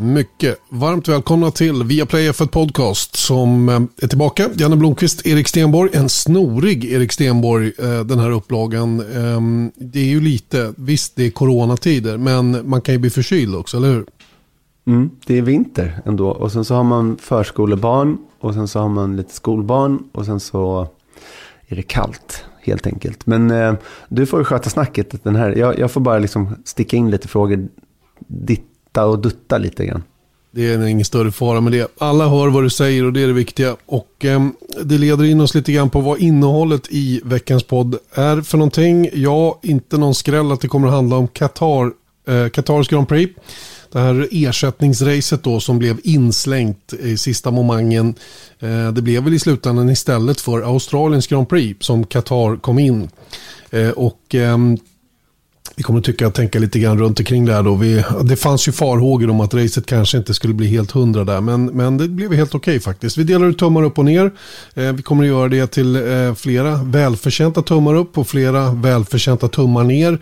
Mycket varmt välkomna till Viaplay F1 Podcast som är tillbaka. Janne Blomqvist, Erik Stenborg, en snorig Erik Stenborg, den här upplagan. Det är ju lite, visst det är coronatider, men man kan ju bli förkyld också, eller hur? Det är vinter ändå, och sen så har man förskolebarn och sen så har man lite skolbarn och sen så är det kallt helt enkelt. Men du får ju sköta snacket den här. Jag får bara liksom sticka in lite frågor, ditta och dutta lite grann. Det är ingen större fara med det. Alla hör vad du säger och det är det viktiga. Och det leder in oss lite grann på vad innehållet i veckans podd är för någonting. Ja, inte någon skräll att det kommer att handla om Qatars Grand Prix. Det här ersättningsracet då som blev inslängt i sista momangen. Det blev väl i slutändan istället för Australiens Grand Prix som Qatar kom in. Vi kommer att tänka lite grann runt omkring det här då. Det fanns ju farhågor om att racet kanske inte skulle bli helt 100 där. Men det blev helt okej faktiskt. Vi delar ut tummar upp och ner. Vi kommer att göra det till flera välförtjänta tummar upp och flera välförtjänta tummar ner.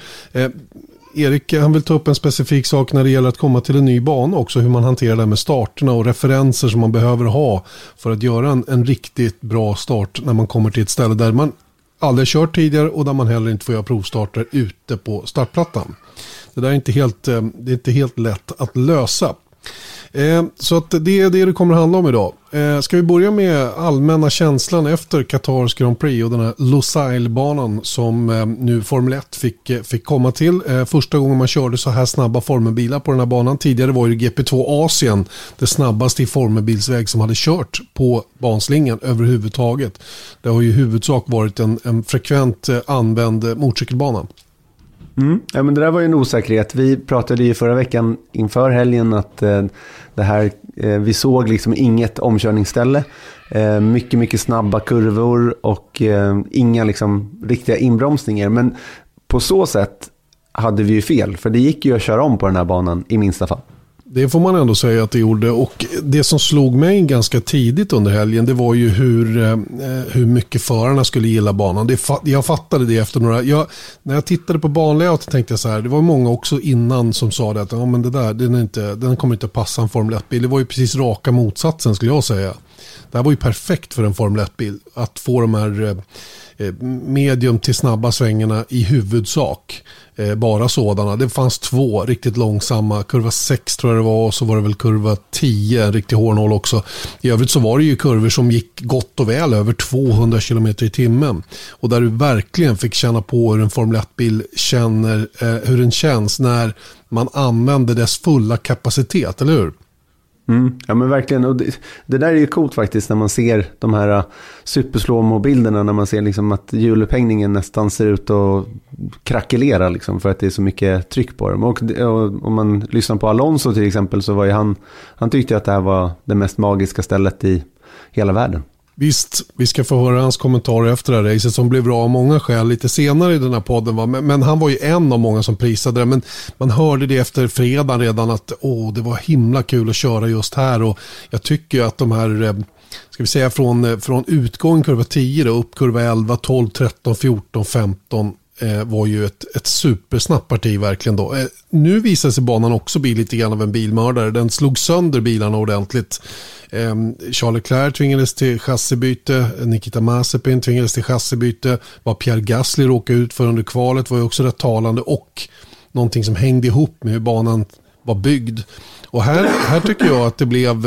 Erik, han vill ta upp en specifik sak när det gäller att komma till en ny bana också. Hur man hanterar det med starterna och referenser som man behöver ha för att göra en riktigt bra start när man kommer till ett ställe där man aldrig kört tidigare och där man heller inte får göra provstarter ute på startplattan. Det där är inte helt lätt att lösa. Så att det är det kommer att handla om idag. Ska vi börja med allmänna känslan efter Qatars Grand Prix och den här Lusail-banan som nu Formel 1 fick komma till. Första gången man körde så här snabba formelbilar på den här banan. Tidigare var ju GP2 Asien det snabbaste i formelbilsväg som hade kört på banslingan överhuvudtaget. Det har ju huvudsak varit en frekvent använd motorcykelbana. Ja, men det där var ju en osäkerhet. Vi pratade ju förra veckan inför helgen att det här, vi såg liksom inget omkörningsställe, mycket snabba kurvor och inga liksom riktiga inbromsningar. Men på så sätt hade vi ju fel, för det gick ju att köra om på den här banan i minsta fall. Det får man ändå säga att det gjorde, och det som slog mig ganska tidigt under helgen, det var ju hur mycket förarna skulle gilla banan. Jag fattade det efter när jag tittade på banlayout tänkte jag så här, det var många också innan som sa det att ja, men det där, den kommer inte passa en Formel 1-bil. Det var ju precis raka motsatsen skulle jag säga. Det här var ju perfekt för en Formel 1-bil att få de här medium till snabba svängarna i huvudsak. Bara sådana. Det fanns 2 riktigt långsamma. Kurva 6 tror jag det var, och så var det väl kurva 10, en riktig hårnål också. I övrigt så var det ju kurvor som gick gott och väl över 200 km i timmen. Och där du verkligen fick känna på hur en Formel 1-bil känner, hur den känns när man använder dess fulla kapacitet, eller hur? Ja, men verkligen, och det där är ju coolt faktiskt när man ser de här superslowmo-bilderna, när man ser liksom att hjulupphängningen nästan ser ut att krackelera liksom, för att det är så mycket tryck på dem. Och om man lyssnar på Alonso till exempel, så var ju han tyckte att det här var det mest magiska stället i hela världen. Visst, vi ska få höra hans kommentarer efter det här racet som blev bra av många skäl lite senare i den här podden. Men han var ju en av många som prisade det. Men man hörde det efter fredagen redan att det var himla kul att köra just här. Och jag tycker att de här, ska vi säga från utgång kurva 10 då, upp kurva 11, 12, 13, 14, 15 var ju ett supersnabbt parti verkligen då. Nu visar sig banan också bli lite grann av en bilmördare. Den slog sönder bilarna ordentligt. Charles Leclerc tvingades till chassibyte, Nikita Mazepin tvingades till chassibyte, vad Pierre Gasly råkade ut för under kvalet var ju också rätt talande, och någonting som hängde ihop med hur banan var byggd. Och här tycker jag att det blev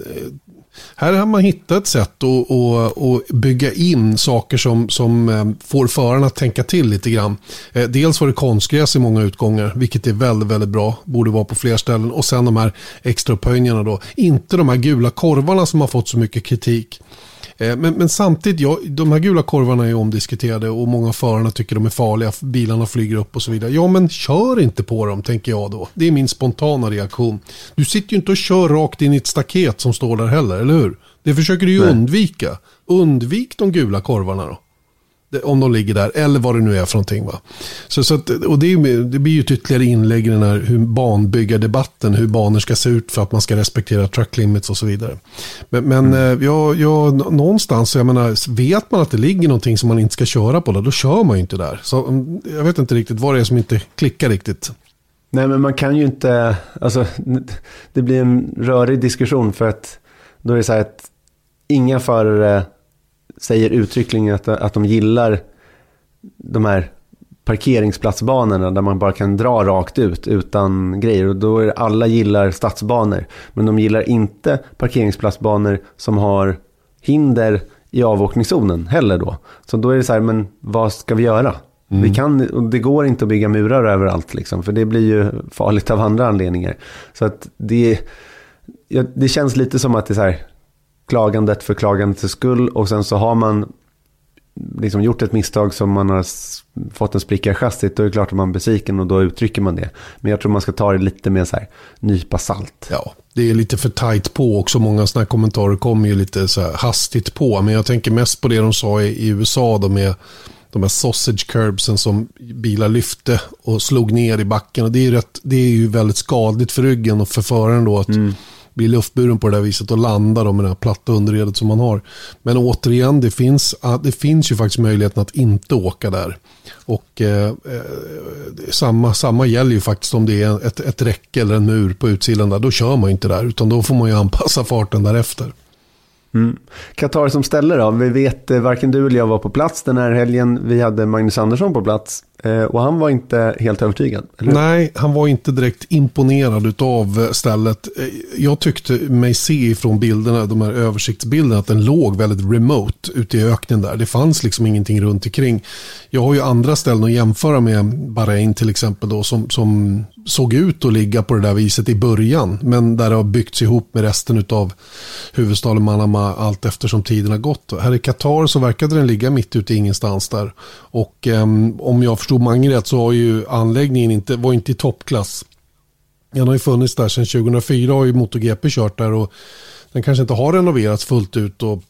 här har man hittat ett sätt att bygga in saker som får förarna att tänka till lite grann. Dels var det konstgräs i många utgångar, vilket är väldigt, väldigt bra. Borde vara på fler ställen. Och sen de här extra upphöjningarna då. Inte de här gula korvarna som har fått så mycket kritik. Men samtidigt, de här gula korvarna är omdiskuterade och många förarna tycker de är farliga, bilarna flyger upp och så vidare. Ja, men kör inte på dem, tänker jag då. Det är min spontana reaktion. Du sitter ju inte och kör rakt in i ett staket som står där heller, eller hur? Det försöker du ju undvika. Undvik de gula korvarna då. Om de ligger där, eller vad det nu är för någonting, va. Så att, och det blir ju ett ytterligare inlägg i den här hur banbyggardebatten, hur banor ska se ut för att man ska respektera track limits och så vidare. Men någonstans, jag menar, vet man att det ligger någonting som man inte ska köra på, då kör man ju inte där. Så jag vet inte riktigt vad det är som inte klickar riktigt. Nej, men man kan ju inte, alltså det blir en rörig diskussion, för att då är det så här att inga förare säger uttryckligen att de gillar de här parkeringsplatsbanorna där man bara kan dra rakt ut utan grejer, och då är det, alla gillar stadsbanor, men de gillar inte parkeringsplatsbanor som har hinder i avåkningszonen heller då. Så då är det så här, men vad ska vi göra? Och det går inte att bygga murar överallt liksom, för det blir ju farligt av andra anledningar. Så att det känns lite som att det är så här, klagandet för klagandets skull, och sen så har man liksom gjort ett misstag som man har fått en spricka i chassit, då är det klart att man är besviken och då uttrycker man det. Men jag tror man ska ta det lite mer så här, nypa salt. Ja, det är lite för tajt på också. Många sådana här kommentarer kommer ju lite så här hastigt på, men jag tänker mest på det de sa i USA då, med de här sausage curbsen som bilar lyfte och slog ner i backen, och det är ju väldigt skadligt för ryggen och för föraren då att bli luftburen på det där viset och landa då med det här platta underredet som man har. Men återigen, det finns ju faktiskt möjligheten att inte åka där. Och samma gäller ju faktiskt om det är ett räcke eller en mur på utsidan där. Då kör man ju inte där, utan då får man ju anpassa farten därefter. Qatar som ställer då, vi vet varken du eller jag var på plats den här helgen. Vi hade Magnus Andersson på plats och han var inte helt övertygad, eller? Nej, han var inte direkt imponerad av stället. Jag tyckte mig se från bilderna, de här översiktsbilderna, att den låg väldigt remote ute i öknen där. Det fanns liksom ingenting runt omkring. Jag har ju andra ställen att jämföra med, Bahrain till exempel då, som såg ut att ligga på det där viset i början, men där det har byggts ihop med resten av huvudstaden Manama allt eftersom tiden har gått. Här i Qatar så verkade den ligga mitt ute i ingenstans där, och om jag förstod Mange rätt så har ju anläggningen var inte i toppklass. Den har ju funnits där sedan 2004, har ju MotoGP kört där, och den kanske inte har renoverats fullt ut, och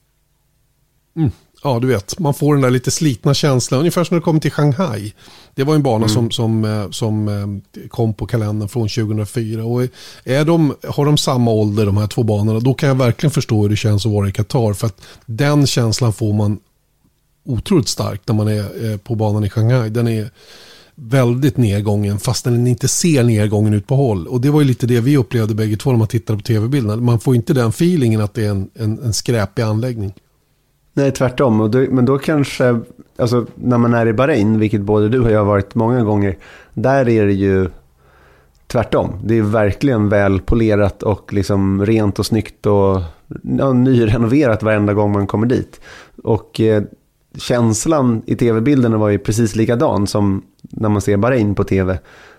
ja, du vet, man får den där lite slitna känslan, ungefär som när det kommer till Shanghai. Det var en bana som kom på kalendern från 2004, och har de samma ålder, de här två banorna, då kan jag verkligen förstå hur det känns att vara i Qatar, för att den känslan får man otroligt starkt när man är på banan i Shanghai. Den är väldigt nedgången, fast den inte ser nedgången ut på håll, och det var ju lite det vi upplevde bägge två när man tittade på tv-bilderna. Man får inte den feelingen att det är en skräpig anläggning. Nej, tvärtom. Men då kanske, alltså, när man är i Bahrain, vilket både du och jag har varit många gånger, där är det ju tvärtom. Det är verkligen väl polerat och liksom rent och snyggt och nyrenoverat varenda gång man kommer dit. Och känslan i tv-bilderna var ju precis likadan som när man ser Bahrain på tv.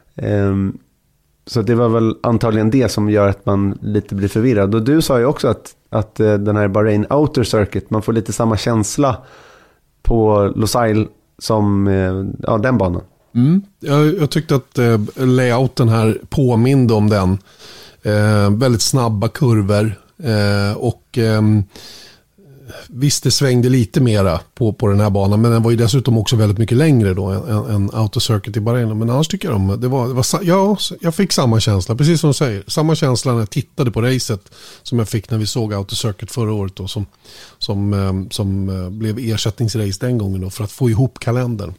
Så det var väl antagligen det som gör att man lite blir förvirrad. Och du sa ju också att den här Bahrain Outer Circuit, man får lite samma känsla på Losail som den banan. Jag tyckte att layouten här påminde om den. Väldigt snabba kurvor och visst, det svängde lite mera på den här banan, men den var ju dessutom också väldigt mycket längre då än Outer Circuit i Bahrain. Men annars tycker jag jag fick samma känsla, precis som du säger. Samma känsla när jag tittade på racet som jag fick när vi såg Outer Circuit förra året då, som blev ersättningsrace den gången då, för att få ihop kalendern.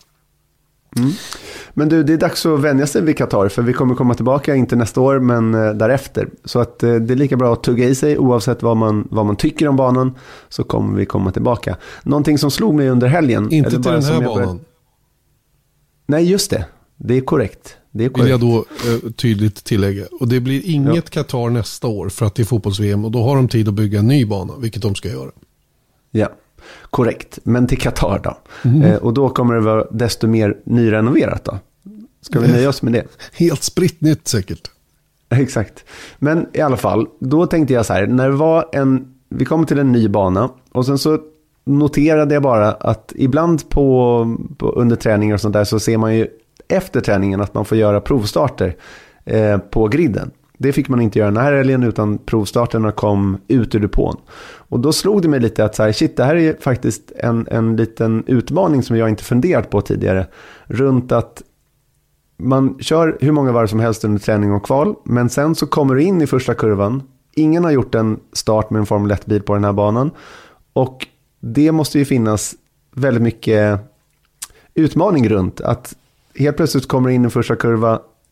Men du, det är dags att vänja sig vid Qatar, för vi kommer komma tillbaka, inte nästa år men därefter. Så att det är lika bra att tugga i sig, oavsett vad man tycker om banan, så kommer vi komma tillbaka. Någonting som slog mig under helgen. Inte till den här banan. Nej, just det. Det är korrekt. Vill jag då tydligt tillägga. Och det blir inget Qatar nästa år, för att det är fotbolls-VM, och då har de tid att bygga en ny bana, vilket de ska göra. Ja. Korrekt, men till Qatar då. Och då kommer det vara desto mer nyrenoverat då. Ska vi nöja oss med det? Helt spritt nytt säkert. Exakt. Men i alla fall, då tänkte jag så här, när det var vi kom till en ny bana, och sen så noterade jag bara att ibland på under träningar och sånt där, så ser man ju efter träningen att man får göra provstarter på griden. Det fick man inte göra den här helgen, utan provstarterna kom ut ur depån. Och då slog det mig lite att så här, shit, det här är faktiskt en liten utmaning som jag inte funderat på tidigare. Runt att man kör hur många varv som helst under träning och kval, men sen så kommer du in i första kurvan. Ingen har gjort en start med en Formel 1-bil på den här banan. Och det måste ju finnas väldigt mycket utmaning runt. Att helt plötsligt kommer in i första kurva,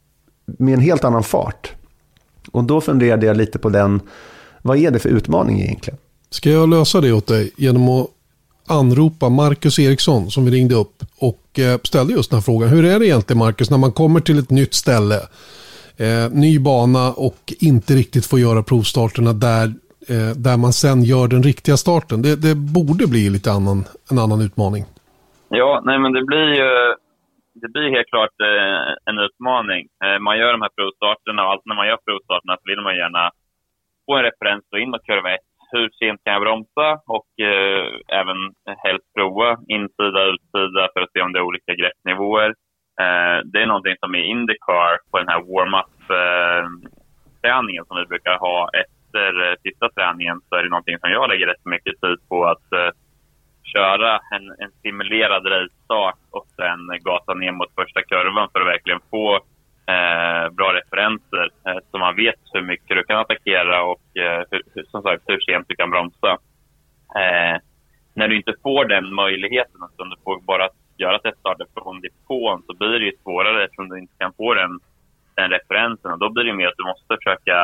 med en helt annan fart. Och då funderade jag lite på vad är det för utmaning egentligen? Ska jag lösa det åt dig genom att anropa Marcus Eriksson som vi ringde upp och ställde just den här frågan. Hur är det egentligen, Marcus, när man kommer till ett nytt ställe, ny bana och inte riktigt får göra provstarterna där man sen gör den riktiga starten? Det borde bli lite en annan utmaning. Ja, nej, men det blir helt klart en utmaning. Man gör de här provstarterna och allt när man gör provstarterna så vill man gärna få en referens och in mot kurva 1. Hur sent kan jag bromsa och även helst prova insida och utsida för att se om det är olika greppnivåer. Det är någonting som är IndyCar på den här warm-up-träningen som vi brukar ha efter sista träningen, så är det någonting som jag lägger rätt mycket tid på att köra en simulerad race-start och sen gasa ner mot första kurvan för att verkligen få bra referenser så man vet hur mycket du kan attackera och som sagt hur sent du kan bromsa. När du inte får den möjligheten, utan du får bara göra teststarter från depån, så blir det ju svårare eftersom du inte kan få den referensen, och då blir det mer att du måste försöka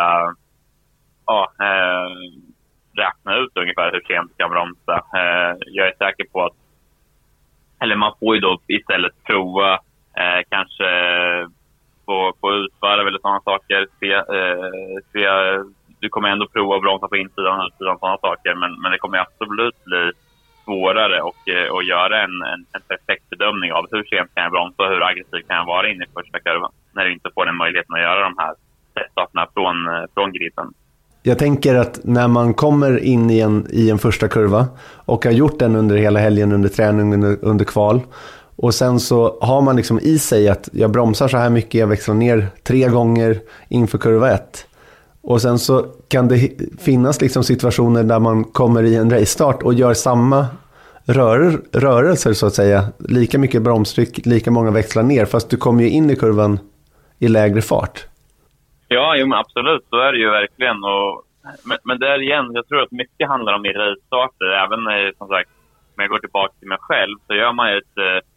räkna ut ungefär hur sent du kan bromsa. Jag är säker på att, eller man får ju då istället prova kanske på utvarv eller sådana saker. Du kommer ändå prova att bromsa på insidan och utsidan, sådana saker, men det kommer absolut bli svårare och göra en perfekt bedömning av hur sent kan jag bromsa och hur aggressiv kan jag vara inne i första kurvan när du inte får den möjligheten att göra de här teststarterna från griden. Jag tänker att när man kommer in i en första kurva och har gjort den under hela helgen, under träning, under kval, och sen så har man liksom i sig att jag bromsar så här mycket, jag växlar ner 3 gånger inför kurva 1. Och sen så kan det finnas liksom situationer där man kommer i en race-start och gör samma rörelser så att säga. Lika mycket bromstryck, lika många växlar ner, fast du kommer ju in i kurvan i lägre fart. Ja, jo, men absolut, så är det ju verkligen. Men där igen, jag tror att mycket handlar om i race-starter. Även som sagt, om jag går tillbaka till mig själv, så gör man ju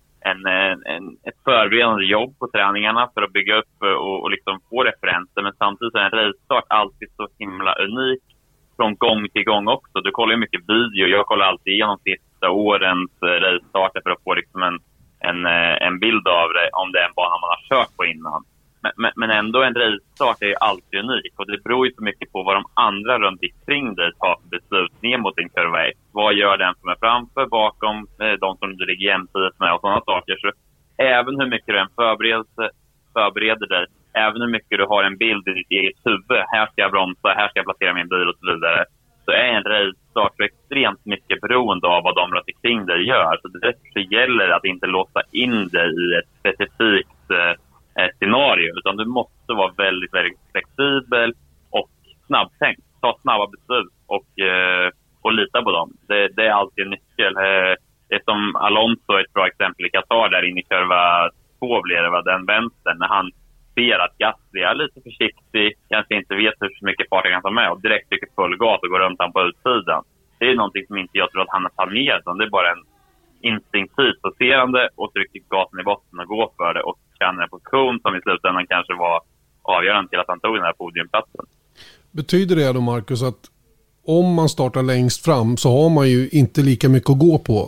ett förberedande jobb på träningarna för att bygga upp och liksom få referenser. Men samtidigt är en race-start alltid så himla unik från gång till gång också. Du kollar ju mycket video. Jag kollar alltid igenom sista årens race-starter för att få liksom en bild av det, om det är en bana man har kört på innan. Men ändå en race-start är ju alltid unik, och det beror ju så mycket på vad de andra runt omkring dig tar för beslut ner mot en kurva 1. Vad gör den som är framför, bakom, de som du ligger jämsides med och sådana saker. Så även hur mycket du än förbereder dig, även hur mycket du har en bild i ditt eget huvud, här ska jag bromsa, här ska jag placera min bil och så vidare, så är en race-start så extremt mycket beroende av vad de runt omkring dig gör. Så det gäller att inte låsa in dig i ett specifikt scenario, utan du måste vara väldigt, väldigt flexibel och snabbtänkt. Ta snabba beslut och lita på dem. Det är alltid en nyckel. Det är som Alonso, ett bra exempel i Qatar, där inne i kurva 2 blir det, den vänstern, när han ser att Gasly är lite försiktig, kanske inte vet hur mycket fart han kan ta med, och direkt tycker full gas och går runt han på utsidan. Det är någonting som inte jag tror att han har planerat, utan det är bara en instinktivt passerande och trycker gasen i botten och går för det och känner en position som i slutändan kanske var avgörande till att han tog den här podiumplatsen. Betyder det då, Marcus, att om man startar längst fram så har man ju inte lika mycket att gå på?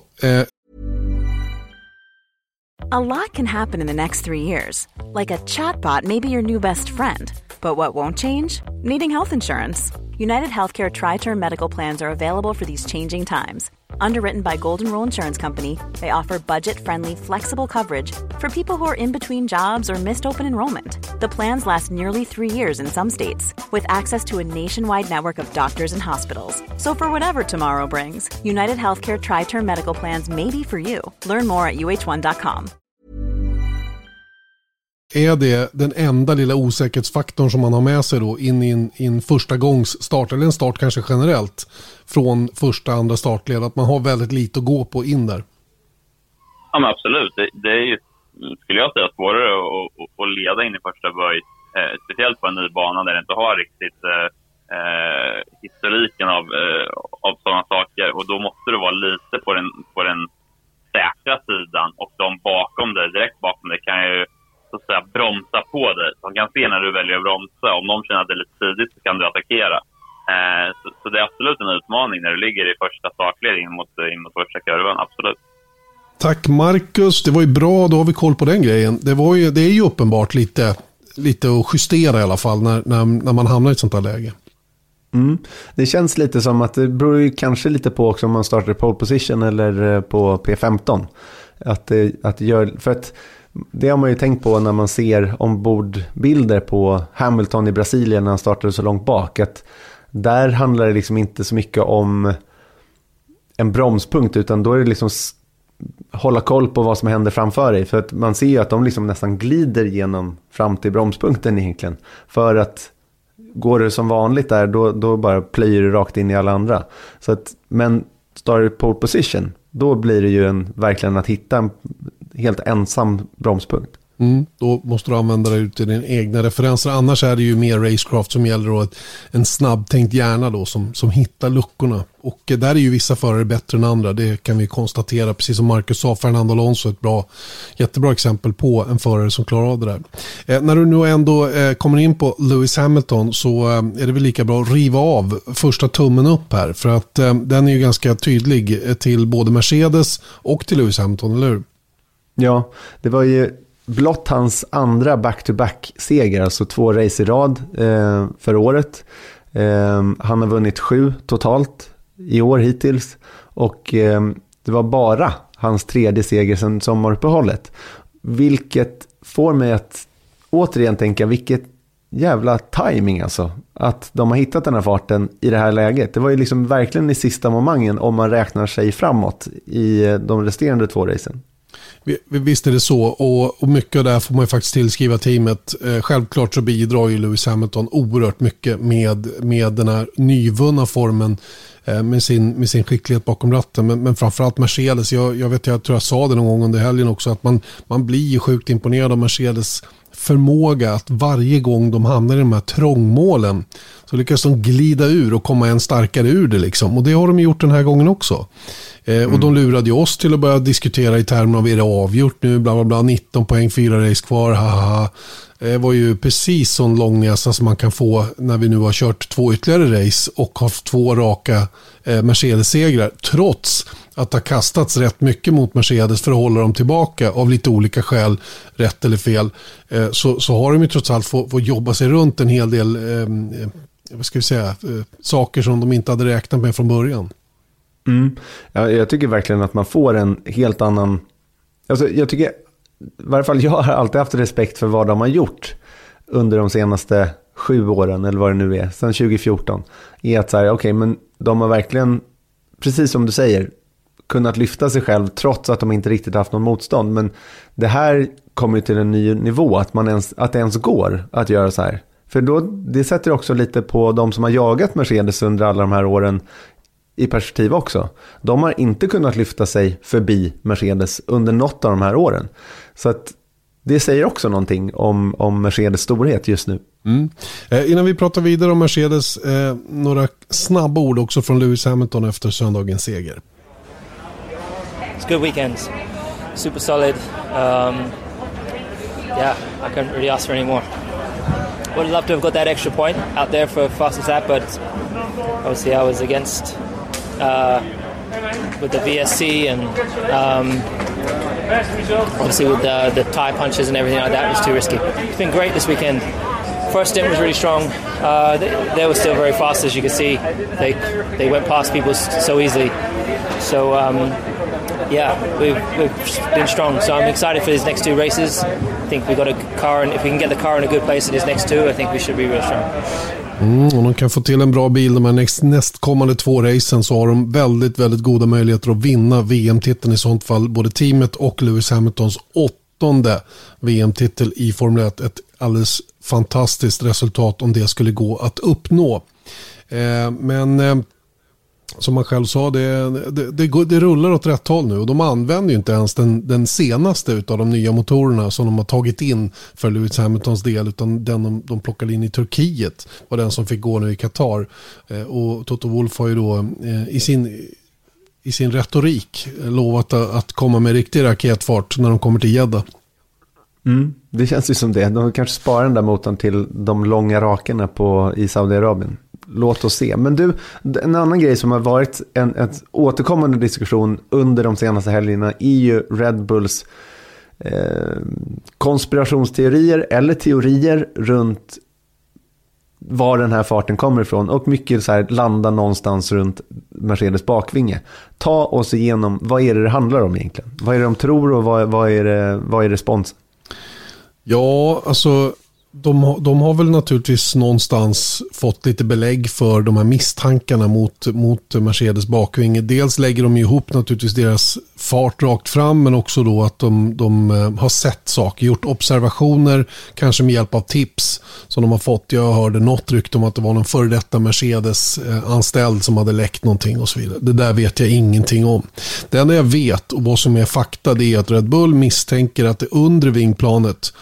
A lot can happen in the next 3 years. Like a chatbot may be your new best friend. But what won't change? Needing health insurance. United Healthcare Tri-Term Medical Plans are available for these changing times. Underwritten by Golden Rule Insurance Company, they offer budget-friendly, flexible coverage for people who are in between jobs or missed open enrollment. The plans last nearly 3 years in some states, with access to a nationwide network of doctors and hospitals. So for whatever tomorrow brings, United Healthcare Tri-Term Medical Plans may be for you. Learn more at uh1.com. Är det den enda lilla osäkerhetsfaktorn som man har med sig då in i en första gångs start, eller en start kanske generellt från första andra startled, att man har väldigt lite att gå på in där? Ja, men absolut. Det är ju, skulle jag säga, svårare att leda in i första böj, speciellt på en ny bana där det inte har riktigt historiken av sådana saker, och då måste du vara lite på den säkra sidan, och de bakom dig, direkt bakom dig, kan ju så att säga bromsa på dig. De kan se när du väljer att bromsa. Om de känner att det är lite tidigt så kan du attackera. Så det är absolut en utmaning när du ligger i första startled in mot första kurvan, absolut. Tack Marcus, det var ju bra, då har vi koll på den grejen. Det är ju uppenbart lite att justera i alla fall när man hamnar i ett sånt här läge. Det känns lite som att det beror ju kanske lite på också om man startar pole position eller på P15. För att det har man ju tänkt på när man ser ombordbilder på Hamilton i Brasilien när han startade så långt bak, att där handlar det liksom inte så mycket om en bromspunkt, utan då är det liksom hålla koll på vad som händer framför dig, för att man ser ju att de liksom nästan glider genom fram till bromspunkten egentligen, för att går det som vanligt där då bara plöjer det rakt in i alla andra. Så att, men startar pole position, då blir det ju verkligen att hitta en helt ensam bromspunkt. Då måste du använda det ut i din egna referenser. Annars är det ju mer racecraft som gäller då, en snabbtänkt hjärna då som hittar luckorna. Och där är ju vissa förare bättre än andra. Det kan vi konstatera. Precis som Marcus sa, Fernando Alonso ett jättebra exempel på en förare som klarar av det där. När du nu ändå kommer in på Lewis Hamilton, så är det väl lika bra att riva av första tummen upp här. För att den är ju ganska tydlig till både Mercedes och till Lewis Hamilton, eller hur? Ja, det var ju blott hans andra back-to-back-seger, alltså 2 race i rad för året. Han har vunnit 7 totalt i år hittills, och det var bara hans 3:e seger sedan sommaruppehållet. Vilket får mig att återigen tänka, vilket jävla timing alltså, att de har hittat den här farten i det här läget. Det var ju liksom verkligen i sista momangen om man räknar sig framåt i de resterande 2 racen. Visst är det så, och mycket av det här får man ju faktiskt tillskriva teamet. Självklart så bidrar ju Lewis Hamilton oerhört mycket med den här nyvunna formen, med sin skicklighet bakom ratten, men framförallt Mercedes. Jag tror jag sa det någon gång under helgen också, att man blir ju sjukt imponerad av Mercedes förmåga att varje gång de hamnar i de här trångmålen så lyckas de glida ur och komma en starkare ur det liksom. Och det har de gjort den här gången också. Och de lurade ju oss till att börja diskutera i termer av, är det avgjort nu, bla bla bla, 19 poäng, 4 race kvar, haha. Det var ju precis sån långnäsa som man kan få när vi nu har kört 2 ytterligare race och haft 2 raka Mercedes-segrar, trots att det har kastats rätt mycket mot Mercedes för att hålla dem tillbaka av lite olika skäl, rätt eller fel. Så har de ju trots allt fått jobba sig runt en hel del saker som de inte hade räknat med från början. Ja, jag tycker verkligen att man får en helt annan, alltså jag tycker, i varje fall jag har alltid haft respekt för vad de har gjort under de senaste 7 åren, eller vad det nu är, sedan 2014, är att säga, okej, men de har verkligen, precis som du säger, kunnat lyfta sig själv trots att de inte riktigt haft någon motstånd. Men det här kommer ju till en ny nivå, att det ens går att göra så här. För då, det sätter också lite på de som har jagat Mercedes under alla de här åren i perspektiv också. De har inte kunnat lyfta sig förbi Mercedes under något av de här åren. Så att det säger också någonting om Mercedes storhet just nu. Innan vi pratar vidare om Mercedes, några snabba ord också från Lewis Hamilton efter söndagens seger. It's good weekends. Super solid. Yeah, I couldn't really ask for any more. Would love to have got that extra point out there for fastest lap, but obviously I was against with the VSC and obviously with the tie punches and everything like that, it was too risky. It's been great this weekend. First stint was really strong. They were still very fast, as you can see. They went past people so easily. So yeah, we've been strong. So I'm excited for these next 2 races. I think we got a car, and if we can get the car in a good place in these next 2, I think we should be really strong. Om de kan få till en bra bil de här nästkommande 2 racen, så har de väldigt, väldigt goda möjligheter att vinna VM-titeln i sånt fall. Både teamet och Lewis Hamiltons 8:e VM-titel i Formel 1. Ett alldeles fantastiskt resultat om det skulle gå att uppnå. Men som man själv sa, det rullar åt rätt håll nu, och de använder ju inte ens den senaste utav de nya motorerna som de har tagit in för Lewis Hamiltons del, utan den de plockade in i Turkiet var den som fick gå nu i Qatar. Och Toto Wolff har ju då i sin retorik lovat att komma med riktig raketfart när de kommer till Jeddah. Det känns ju som det. De kanske sparar den där motorn till de långa rakerna i Saudiarabien. Låt oss se. Men du, en annan grej som har varit en återkommande diskussion under de senaste helgerna är ju Red Bulls konspirationsteorier eller teorier runt var den här farten kommer ifrån, och mycket så här landa någonstans runt Mercedes bakvinge. Ta oss igenom, vad är det handlar om egentligen? Vad är det de tror och vad är respons? Ja, alltså de har väl naturligtvis någonstans fått lite belägg för de här misstankarna mot Mercedes bakvinge. Dels lägger de ihop naturligtvis deras fart rakt fram, men också då att de har sett saker, gjort observationer, kanske med hjälp av tips som de har fått. Jag hörde något rykte om att det var någon före detta Mercedes-anställd som hade läckt någonting och så vidare. Det där vet jag ingenting om. Det enda jag vet och vad som är fakta, det är att Red Bull misstänker att det undre vingplanet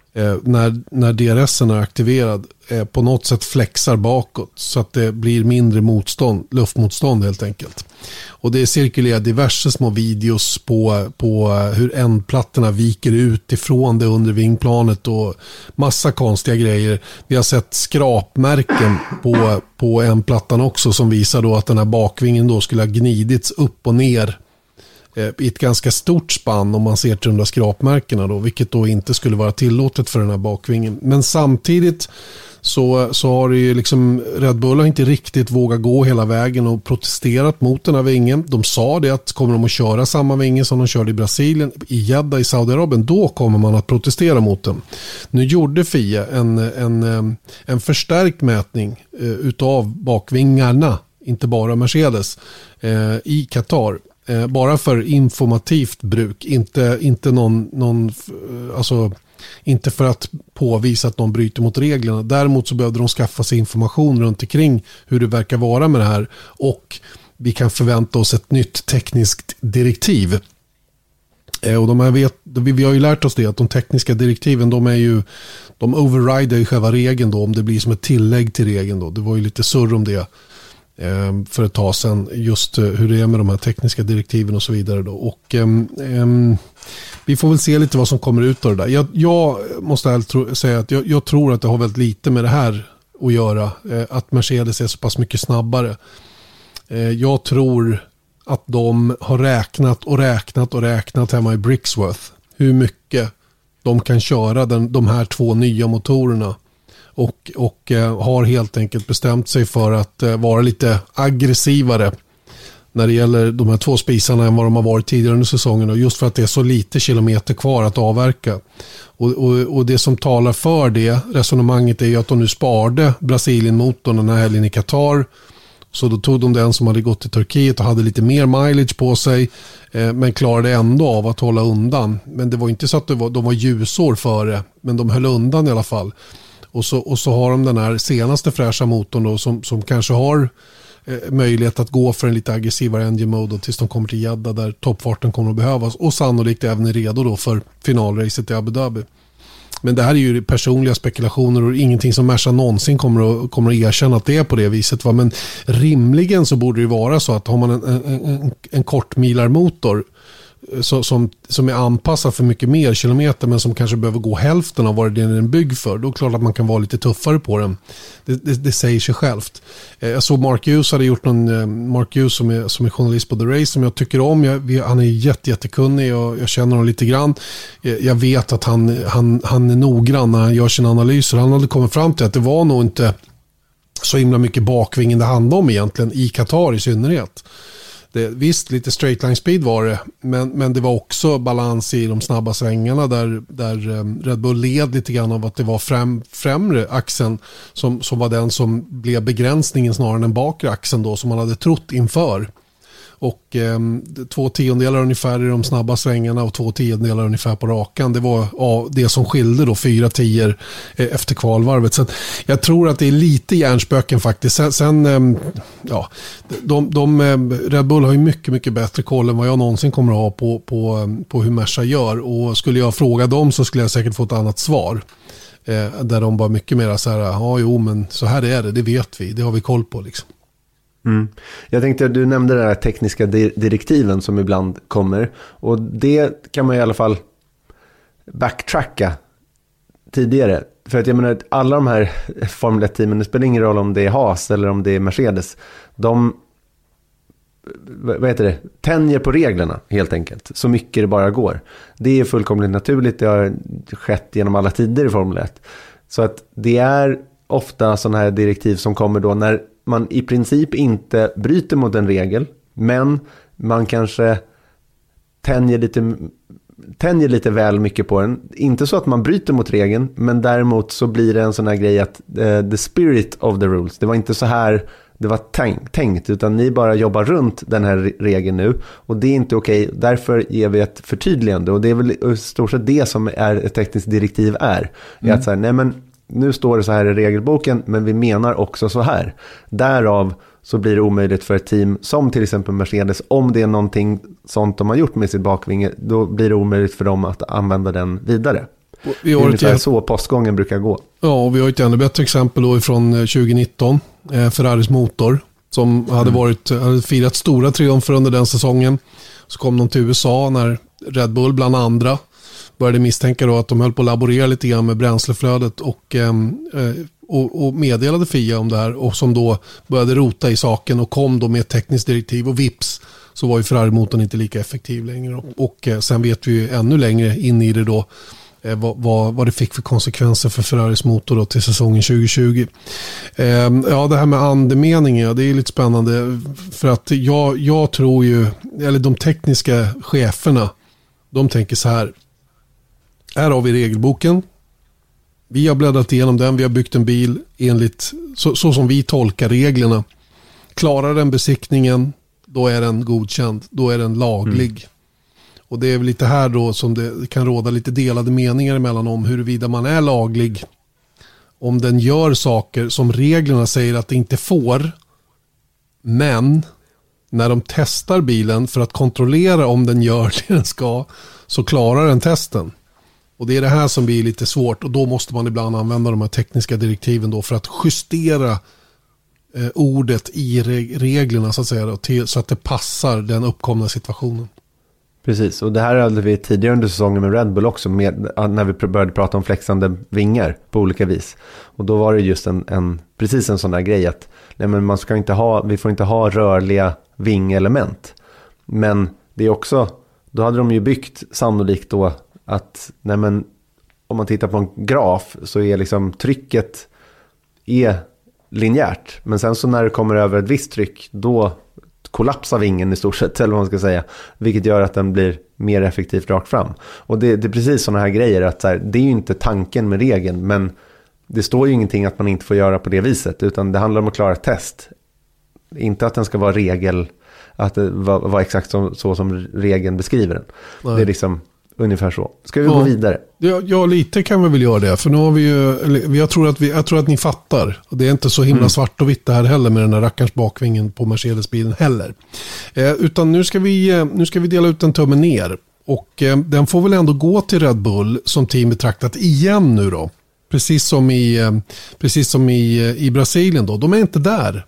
när DRSen är aktiverad på något sätt flexar bakåt så att det blir mindre luftmotstånd helt enkelt. Och det cirkulerar diverse små videos på hur ändplattorna viker ut ifrån det undre vingplanet och massa konstiga grejer. Vi har sett skrapmärken på ändplattan också som visar då att den här bakvingen då skulle ha gnidits upp och ner i ett ganska stort spann om man ser till de där skrapmärkena då, vilket då inte skulle vara tillåtet för den här bakvingen. Men samtidigt så har det ju liksom, Red Bull har inte riktigt vågat gå hela vägen och protesterat mot den här vingen. De sa det att kommer de att köra samma vinge som de körde i Brasilien, i Jeddah i Saudiarabien, då kommer man att protestera mot den. Nu gjorde FIA en förstärkt mätning utav bakvingarna, inte bara Mercedes, i Qatar. Bara för informativt bruk, inte någon alltså inte för att påvisa att någon bryter mot reglerna. Däremot så behövde de skaffa sig information runt omkring hur det verkar vara med det här, och vi kan förvänta oss ett nytt tekniskt direktiv. Och vi har ju lärt oss det, att de tekniska direktiven, de overrider ju själva regeln då, om det blir som ett tillägg till regeln då. Det var ju lite surr om det för ett tag sedan, just hur det är med de här tekniska direktiven och så vidare då. Och vi får väl se lite vad som kommer ut av det där. Jag måste säga att jag tror att det har väldigt lite med det här att göra, att Mercedes är så pass mycket snabbare. Jag tror att de har räknat hemma i Brixworth hur mycket de kan köra de här två nya motorerna. Och har helt enkelt bestämt sig för att vara lite aggressivare när det gäller de här två spisarna än vad de har varit tidigare under säsongen, och just för att det är så lite kilometer kvar att avverka. Och det som talar för det resonemanget är ju att de nu sparade Brasilien-motorn den här helgen i Qatar. Så då tog de den som hade gått till Turkiet och hade lite mer mileage på sig, men klarade ändå av att hålla undan. Men det var inte så att de var ljusår före, men de höll undan i alla fall. Och så har de den här senaste fräscha motorn då, som kanske har möjlighet att gå för en lite aggressivare engine mode tills de kommer till Jeddah, där toppfarten kommer att behövas, och sannolikt även är redo då för finalracet i Abu Dhabi. Men det här är ju personliga spekulationer och ingenting som Merca någonsin kommer att erkänna att det är på det viset. Va? Men rimligen så borde det vara så att har man en kortmilarmotor som är anpassad för mycket mer kilometer, men som kanske behöver gå hälften av vad den är byggd för, då är det klart att man kan vara lite tuffare på den. Det säger sig självt. Jag såg Mark Hughes hade gjort Mark Hughes som är journalist på The Race, som jag tycker om. Han är jättekunnig och jag känner honom lite grann. Jag vet att han är noggrann när han gör sina analyser. Han hade kommit fram till att det var nog inte så himla mycket bakvingen det handlade om egentligen, i Qatar i synnerhet. Visst, lite straight line speed var det, men det var också balans i de snabba svängarna där Red Bull led lite grann av att det var främre axeln som var den som blev begränsningen snarare än bakre axeln då, som man hade trott inför. Och 2/10 ungefär i de snabba svängarna och 2/10 ungefär på rakan. Det var det som skilde då 4/10 efter kvalvarvet. Så att jag tror att det är lite hjärnspöken faktiskt. Sen Red Bull har ju mycket, mycket bättre koll än vad jag någonsin kommer att ha på hur Merca gör. Och skulle jag fråga dem så skulle jag säkert få ett annat svar. Där de var mycket mer så här, men så här är det vet vi. Det har vi koll på liksom. Mm. Jag tänkte, du nämnde de här tekniska direktiven som ibland kommer, och det kan man i alla fall backtracka tidigare. För att jag menar, alla de här Formel 1-teamen, det spelar ingen roll om det är Haas eller om det är Mercedes. De tänjer på reglerna helt enkelt. Så mycket det bara går. Det är fullkomligt naturligt. Det har skett genom alla tider i Formel 1. Så att det är ofta sådana här direktiv som kommer då när man i princip inte bryter mot en regel, men man kanske tänjer lite väl mycket på den. Inte så att man bryter mot regeln, men däremot så blir det en sån här grej att the spirit of the rules, det var inte så här det var tänkt, utan ni bara jobbar runt den här regeln nu, och det är inte okej. Därför ger vi ett förtydligande, och det är väl i stort sett det som är ett tekniskt direktiv är att så här, nej men nu står det så här i regelboken, men vi menar också så här. Därav så blir det omöjligt för ett team som till exempel Mercedes, om det är någonting sånt de har gjort med sitt bakvinge, då blir det omöjligt för dem att använda den vidare. Det är ungefär så postgången brukar gå. Ja, och vi har ett ännu bättre exempel då ifrån 2019, Ferraris motor, som hade firat stora triumfer under den säsongen. Så kom de till USA när Red Bull bland andra började misstänka då att de höll på att laborera lite grann med bränsleflödet och meddelade FIA om det här, och som då började rota i saken och kom då med ett tekniskt direktiv, och vips så var ju Ferrari-motorn inte lika effektiv längre. Och sen vet vi ju ännu längre in i det då vad det fick för konsekvenser för Ferraris motor då till säsongen 2020. Ja, det här med andemeningen, det är lite spännande, för att jag tror ju, eller de tekniska cheferna, de tänker så här: här har vi regelboken, vi har bläddrat igenom den, vi har byggt en bil enligt så som vi tolkar reglerna. Klarar den besiktningen, då är den godkänd, då är den laglig. Och det är väl lite här då som det kan råda lite delade meningar emellan om huruvida man är laglig om den gör saker som reglerna säger att det inte får, men när de testar bilen för att kontrollera om den gör det den ska, så klarar den testen. Och det är det här som blir lite svårt, och då måste man ibland använda de här tekniska direktiven då för att justera ordet i reglerna så att säga då, så att det passar den uppkomna situationen. Precis, och det här hade vi tidigare under säsongen med Red Bull också, när vi började prata om flexande vingar på olika vis. Och då var det just precis en sån där grej att nej, men vi får inte ha rörliga vingelement. Men det är också, då hade de ju byggt sannolikt då att nej, men om man tittar på en graf så är liksom trycket är linjärt. Men sen så när det kommer över ett visst tryck, då kollapsar vingen i stort sett, eller vad man ska säga, vilket gör att den blir mer effektivt rakt fram. Och det är precis sådana här grejer att så här, det är ju inte tanken med regeln, men det står ju ingenting att man inte får göra på det viset, utan det handlar om att klara ett test. Inte att den ska vara regel, att det var exakt så som regeln beskriver den. Nej. Det är liksom ungefär så. Ska vi gå vidare? Ja, lite kan vi väl göra det. För nu har vi ju, jag tror att ni fattar. Och det är inte så himla svart och vitt det här heller med den här rackars bakvingen på Mercedes-bilen heller. Utan nu ska vi dela ut en tumme ner. Och den får väl ändå gå till Red Bull som team betraktat igen nu då. Precis som i Brasilien då. De är inte där.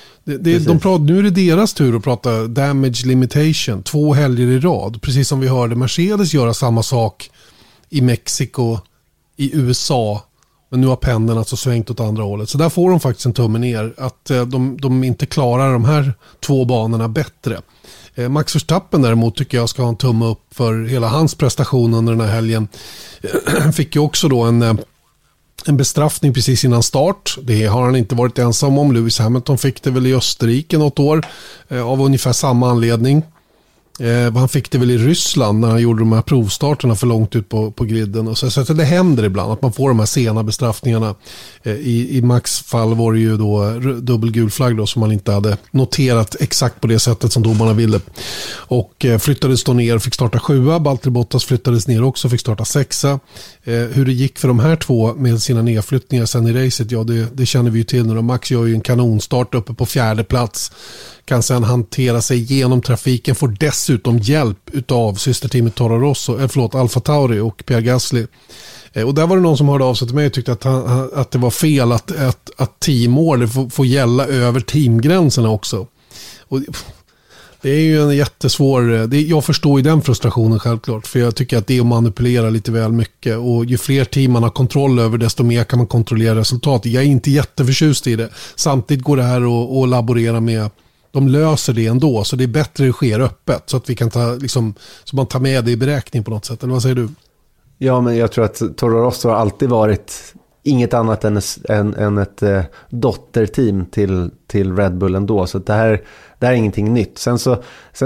Nu är det deras tur att prata damage limitation 2 helger i rad, precis som vi hörde Mercedes göra samma sak i Mexiko, i USA, men nu har pendeln alltså svängt åt andra hållet. Så där får de faktiskt en tumme ner att de inte klarar de här 2 banorna bättre. Max Verstappen däremot tycker jag ska ha en tumme upp för hela hans prestation under den här helgen. Fick ju också då en bestraffning precis innan start. Det har han inte varit ensam om. Lewis Hamilton fick det väl i Österrike något år av ungefär samma anledning. Han fick det väl i Ryssland när han gjorde de här provstarterna för långt ut på griden. Och så det händer ibland att man får de här sena bestraffningarna. I Max fall var det ju då dubbelgul flagg då, som man inte hade noterat exakt på det sättet som domarna ville. Och flyttades då ner och fick starta 7. Valtteri Bottas flyttades ner också och fick starta 6. Hur det gick för de här 2 med sina nedflyttningar sen i racet, ja det känner vi ju till nu. Max gör ju en kanonstart uppe på 4:e plats. Kan sedan hantera sig genom trafiken, får dessutom hjälp utav systerteamet Toro Rosso, Alfa Tauri och Pierre Gasly. Och där var det någon som hörde av sig till mig och tyckte att det var fel att teamorder får gälla över teamgränserna också. Och Det är ju en jättesvår... Jag förstår ju den frustrationen självklart. För jag tycker att det är att manipulera lite väl mycket. Och ju fler team man har kontroll över, desto mer kan man kontrollera resultat. Jag är inte jätteförtjust i det. Samtidigt går det här att laborera med... De löser det ändå. Så det är bättre att det sker öppet. Så att vi kan så man tar med det i beräkning på något sätt. Eller vad säger du? Ja, men jag tror att Toro Rosso har alltid varit... inget annat än ett dotterteam till Red Bull ändå. Så det här är ingenting nytt. Sen så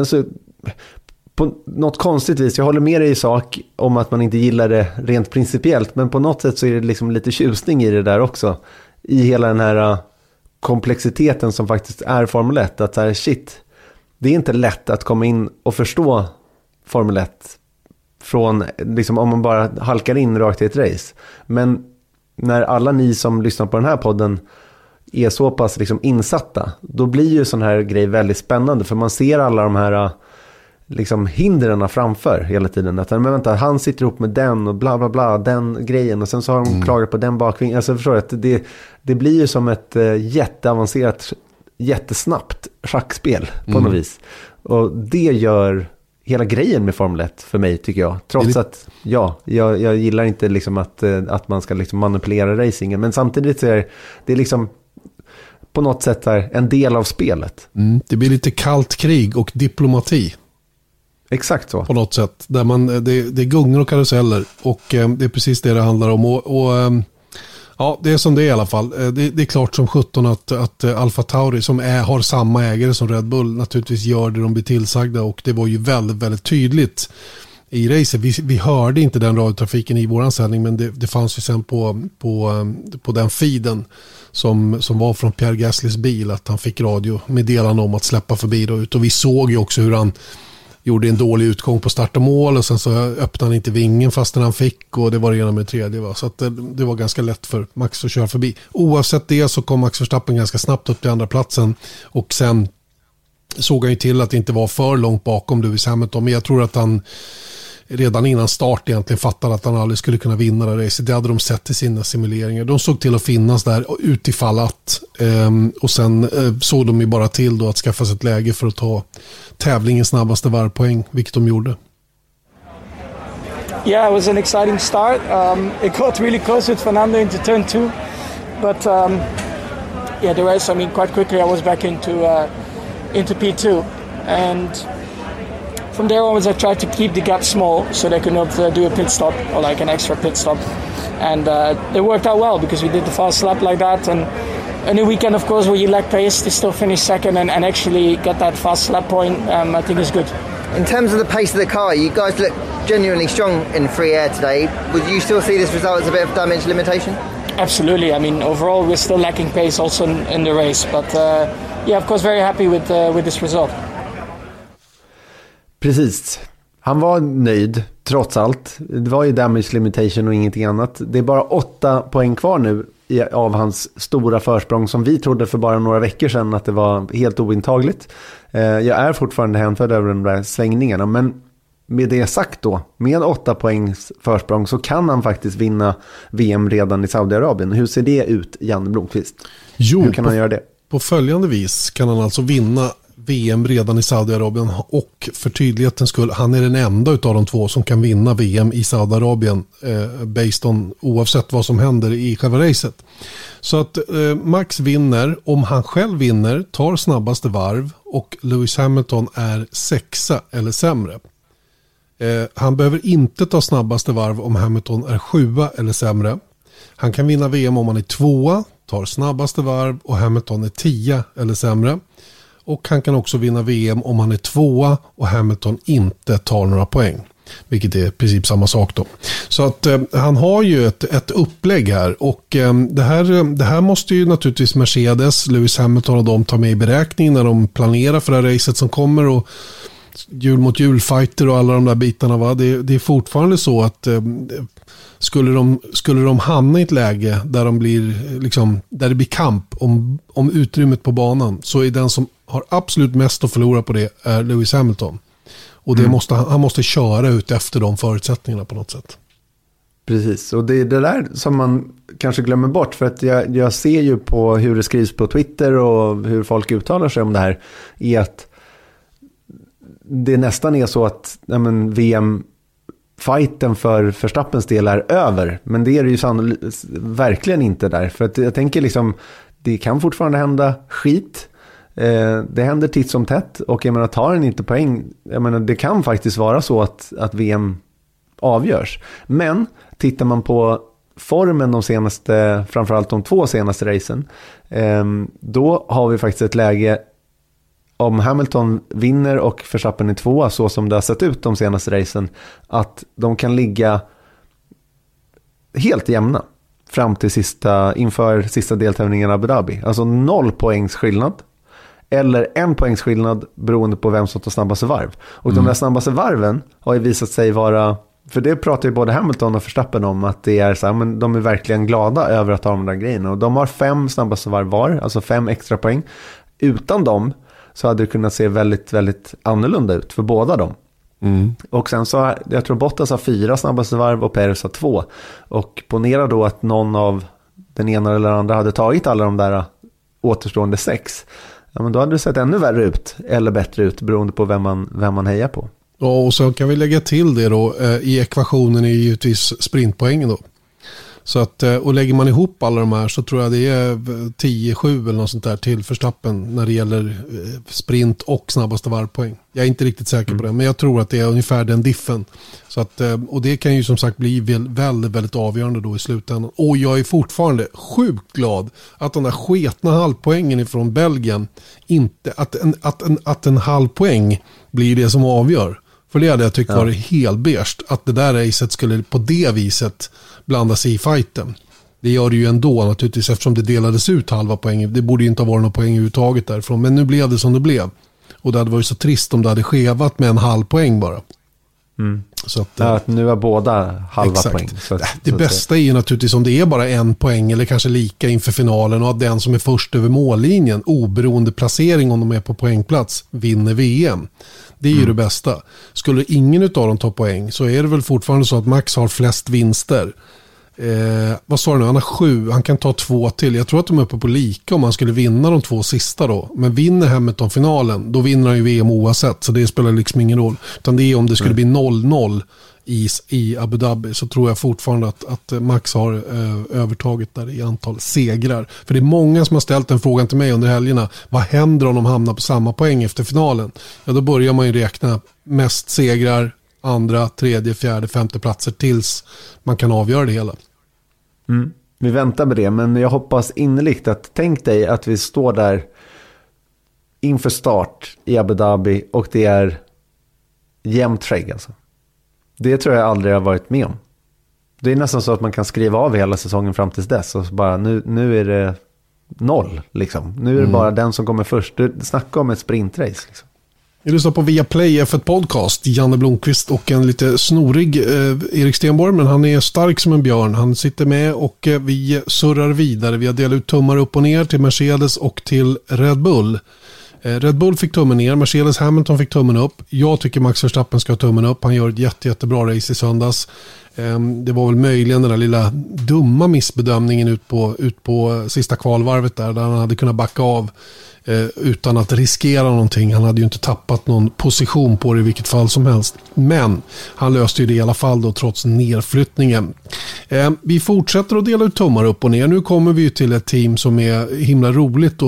på något konstigt vis, jag håller med dig i sak om att man inte gillar det rent principiellt, men på något sätt så är det liksom lite tjusning i det där också. I hela den här komplexiteten som faktiskt är Formel 1. Att så här, shit, det är inte lätt att komma in och förstå Formel 1 från, liksom, om man bara halkar in rakt i ett race. Men när alla ni som lyssnar på den här podden är så pass liksom insatta, då blir ju sån här grej väldigt spännande, för man ser alla de här liksom hindren framför hela tiden. Att men vänta, han sitter ihop med den och bla bla bla, den grejen, och sen så har de klagat på den bakvingen. Alltså förstår du, att det blir ju som ett jätteavancerat, jättesnabbt schackspel på något vis. Och det gör hela grejen med Formel 1 för mig, tycker jag. Trots att, jag gillar inte liksom att man ska liksom manipulera racingen. Men samtidigt så är det liksom på något sätt här en del av spelet. Det blir lite kallt krig och diplomati. Exakt så. På något sätt. Där det är gungor och karuseller. Och det är precis det handlar om. Och ja, det är som det är i alla fall. Det är klart som 17 att Alfa Tauri, som har samma ägare som Red Bull, naturligtvis gör det de blir tillsagda. Och det var ju väldigt, väldigt tydligt i racet. Vi hörde inte den radiotrafiken i våran sändning, men det fanns ju sen på den feeden som var från Pierre Gaslys bil, att han fick radiomeddelande om att släppa förbi då ut. Och vi såg ju också hur han gjorde en dålig utgång på start och mål, och sen så öppnade han inte vingen fastän han fick, och det var redan med det tredje. Va? Så att det var ganska lätt för Max att köra förbi. Oavsett det så kom Max Verstappen ganska snabbt upp till andra platsen, och sen såg han ju till att det inte var för långt bakom Lewis Hamilton, men jag tror att han redan innan start egentligen fattade att han aldrig skulle kunna vinna det racet. Det hade de sett i sina simuleringar. De såg till att finnas där utifall att, och sen såg de ju bara till då att skaffa sig ett läge för att ta tävlingens snabbaste varvpoäng, vilket de gjorde. Yeah, it was an exciting start. It got really close with Fernando into turn 2, but yeah, the race, I mean, quite quickly I was back into P2, and from there onwards I tried to keep the gap small so they could not do a pit stop or like an extra pit stop, and it worked out well because we did the fast lap like that, and a weekend of course where you lack pace to still finish second and actually get that fast lap point, I think is good. In terms of the pace of the car, you guys look genuinely strong in free air today. Would you still see this result as a bit of damage limitation? Absolutely. I mean, overall we're still lacking pace also in the race, but yeah, of course very happy with this result. Precis. Han var nöjd trots allt. Det var ju damage limitation och ingenting annat. Det är bara 8 poäng kvar nu av hans stora försprång som vi trodde för bara några veckor sedan att det var helt ointagligt. Jag är fortfarande hänförd över de där svängningarna, men med det sagt då, med 8 poängs försprång så kan han faktiskt vinna VM redan i Saudiarabien. Hur ser det ut, Janne Blomqvist? Hur kan han göra det? På följande vis kan han alltså vinna VM redan i Saudiarabien, och för tydlighetens skull, han är den enda utav de två som kan vinna VM i Saudiarabien based on, oavsett vad som händer i själva racet. Så att Max vinner, om han själv vinner, tar snabbaste varv, och Lewis Hamilton är 6:a eller sämre. Han behöver inte ta snabbaste varv om Hamilton är 7:a eller sämre. Han kan vinna VM om han är 2:a, tar snabbaste varv, och Hamilton är 10:a eller sämre. Och han kan också vinna VM om han är 2:a och Hamilton inte tar några poäng. Vilket är i princip samma sak då. Så att han har ju ett upplägg här. Och det här måste ju naturligtvis Mercedes, Lewis Hamilton och de ta med i beräkning när de planerar för det här racet som kommer. Och jul mot julfighter och alla de där bitarna. Va? Det är fortfarande så att skulle de hamna i ett läge där de blir liksom, där det blir kamp om utrymmet på banan, så är den som har absolut mest att förlora på det är Lewis Hamilton. Och han måste köra ut efter de förutsättningarna på något sätt. Precis, och det är det där som man kanske glömmer bort, för att jag ser ju på hur det skrivs på Twitter och hur folk uttalar sig om det här, är att det nästan är så att VM-fighten för Verstappens del är över. Men det är det ju verkligen inte där. För att jag tänker liksom, det kan fortfarande hända skit. Det händer titt som tätt. Och jag menar, tar den inte poäng, jag menar, det kan faktiskt vara så att VM avgörs. Men tittar man på formen de senaste, framförallt de 2 senaste racen, då har vi faktiskt ett läge, om Hamilton vinner och Verstappen är 2, så som det har sett ut de senaste racen, att de kan ligga helt jämna fram till inför sista deltävlingen i Abu Dhabi. Alltså 0 poängs skillnad eller 1 poängs skillnad beroende på vem som tar snabbaste varv. Och de där snabbaste varven har ju visat sig vara, för det pratar ju både Hamilton och Verstappen om, att det är så här, men de är verkligen glada över att ha de där grejerna. Och de har 5 snabbaste varv var, alltså 5 extra poäng. Utan dem så hade det kunnat se väldigt, väldigt annorlunda ut för båda dem. Och sen så, jag tror Bottas har 4 snabbaste varv och Perez har 2. Och ponera då att någon av den ena eller andra hade tagit alla de där återstående 6. Ja, men då hade det sett ännu värre ut, eller bättre ut, beroende på vem man hejar på. Ja, och så kan vi lägga till det då, i ekvationen är givetvis sprintpoängen då. Så att, och lägger man ihop alla de här så tror jag det är 10-7 eller något sånt där till Verstappen när det gäller sprint och snabbaste varvpoäng. Jag är inte riktigt säker på det, men jag tror att det är ungefär den diffen. Så att, och det kan ju som sagt bli väldigt, väldigt avgörande då i slutändan. Och jag är fortfarande sjukt glad att den där sketna halvpoängen ifrån Belgien inte, att en halvpoäng blir det som avgör. För det hade jag tyckt var helt beige, att det där racet skulle på det viset blanda sig i fighten. Det gör det ju ändå naturligtvis, eftersom det delades ut halva poäng. Det borde ju inte ha varit någon poäng överhuvudtaget därifrån. Men nu blev det som det blev. Och det hade varit så trist om det hade skevat med en halv poäng bara. Så att, nu är båda halva exakt. poäng. Det bästa är ju naturligtvis om det är bara 1 poäng eller kanske lika inför finalen, och att den som är först över mållinjen, oberoende placering om de är på poängplats, vinner VM. Det är ju det bästa. Skulle ingen av dem ta poäng så är det väl fortfarande så att Max har flest vinster. Vad sa du nu? Han har 7. Han kan ta 2 till. Jag tror att de är uppe på lika om han skulle vinna de 2 sista då. Men vinner Hamilton-finalen, då vinner han ju VM oavsett. Så det spelar liksom ingen roll. Utan det är om det skulle bli 0-0 i Abu Dhabi, så tror jag fortfarande att Max har övertaget där i antal segrar. För det är många som har ställt den frågan till mig under helgerna. Vad händer om de hamnar på samma poäng efter finalen? Ja, då börjar man ju räkna mest segrar, andra, tredje, fjärde, femte platser tills man kan avgöra det hela. Vi väntar med det, men jag hoppas innerligt att, tänk dig att vi står där inför start i Abu Dhabi och det är jämnt skägg alltså. Det tror jag aldrig har varit med om. Det är nästan så att man kan skriva av hela säsongen fram tills dess och så bara nu är det 0 liksom. Nu är det bara den som kommer först. Du snackar om ett sprintrace liksom. Jag lyssnar på Viaplay F1 Podcast, Janne Blomqvist och en lite snorig Erik Stenborg, men han är stark som en björn. Han sitter med och vi surrar vidare. Vi har delat ut tummar upp och ner till Mercedes och till Red Bull. Red Bull fick tummen ner, Mercedes Hamilton fick tummen upp. Jag tycker Max Verstappen ska ha tummen upp. Han gör ett jättebra race i söndags. Det var väl möjligen den där lilla dumma missbedömningen ut på sista kvalvarvet där han hade kunnat backa av utan att riskera någonting. Han hade ju inte tappat någon position på det i vilket fall som helst. Men han löste ju det i alla fall då, trots nedflyttningen. Vi fortsätter att dela ut tummar upp och ner. Nu kommer vi ju till ett team som är himla roligt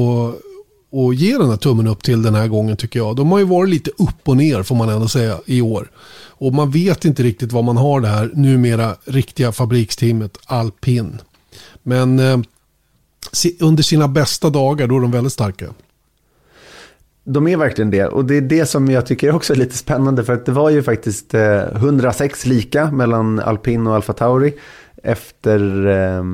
och ge den här tummen upp till den här gången tycker jag. De har ju varit lite upp och ner får man ändå säga i år. Och man vet inte riktigt vad man har det här numera riktiga fabriksteamet Alpin. Men under sina bästa dagar då är de väldigt starka. De är verkligen det, och det är det som jag tycker också är lite spännande, för att det var ju faktiskt 106 lika mellan Alpin och Alfa Tauri efter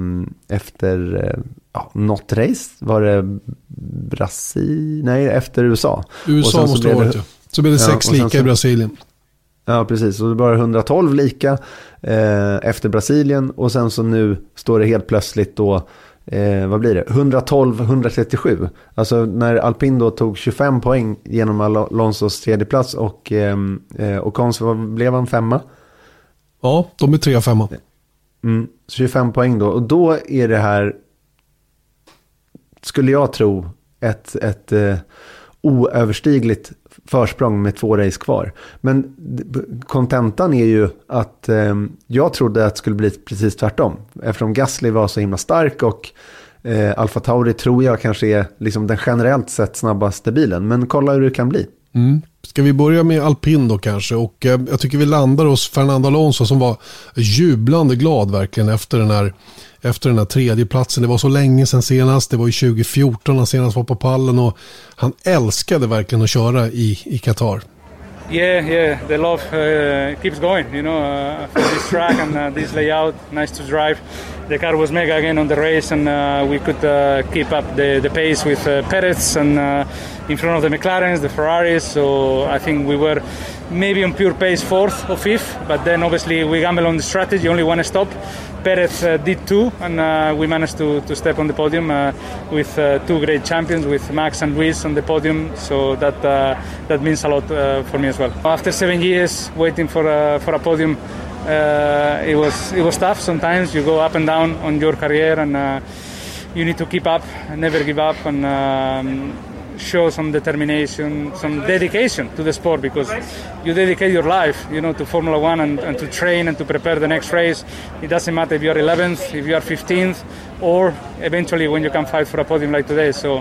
något race. Var det Brasilien? Nej, efter USA. USA och måste ha varit det. Så blev det 6 lika i Brasilien. Ja, precis. Och det var 112 lika efter Brasilien, och sen så nu står det helt plötsligt då vad blir det? 112-137. Alltså när Alpin då tog 25 poäng genom Alonsos tredje plats och Ocons, blev han 5? Ja, de är 3-5. 25 poäng då. Och då är det här, skulle jag tro, ett oöverstigligt försprång med 2 race kvar. Men kontentan är ju att jag trodde att det skulle bli precis tvärtom. Eftersom Gasly var så himla stark och Alfa Tauri tror jag kanske är liksom den generellt sett snabbaste bilen. Men kolla hur det kan bli. Ska vi börja med alpin då kanske? Och jag tycker vi landar hos Fernando Alonso som var jublande glad verkligen efter den här tredje platsen. Det var så länge sedan senast. Det var ju 2014 han senast var på pallen och han älskade verkligen att köra i Qatar. Yeah, the love keeps going, for this track and this layout. Nice to drive. The car was mega again on the race, and we could keep up the pace with Perez and in front of the McLarens, the Ferraris. So I think we were maybe on pure pace 4th or 5th, but then obviously we gambled on the strategy, only one stop. Perez did 2, and we managed to step on the podium with 2 great champions, with Max and Luis on the podium. So that means a lot for me as well. After 7 years waiting for a podium, it was tough. Sometimes you go up and down on your career, and you need to keep up, never give up, and show some determination, some dedication to the sport, because you dedicate your life, to Formula One and to train and to prepare the next race. It doesn't matter if you are 11th, if you are 15th, or eventually when you can fight for a podium like today. So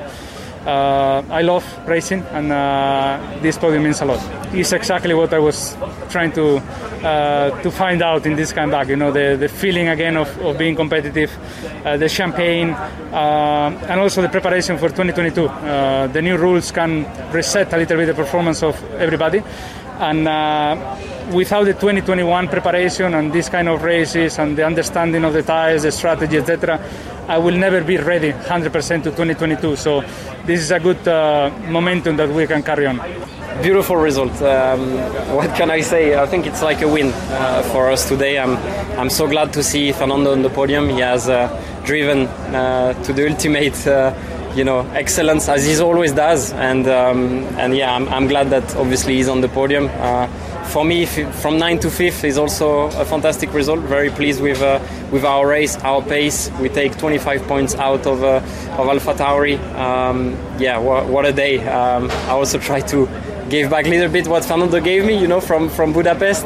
I love racing, and this podium means a lot. It's exactly what I was trying to find out in this comeback. The feeling again of being competitive, the champagne, and also the preparation for 2022. The new rules can reset a little bit the performance of everybody, and without the 2021 preparation and this kind of races and the understanding of the tires, the strategy, etc., I will never be ready 100% to 2022. So this is a good momentum that we can carry on. Beautiful result. What can I say? I think it's like a win for us today. I'm so glad to see Fernando on the podium. He has driven to the ultimate, excellence, as he always does. And yeah, I'm glad that obviously he's on the podium. For me, from 9th to 5th is also a fantastic result. Very pleased with our race, our pace. We take 25 points out of Alfa Tauri. Yeah, what a day. I also try to give back a little bit what Fernando gave me, from Budapest.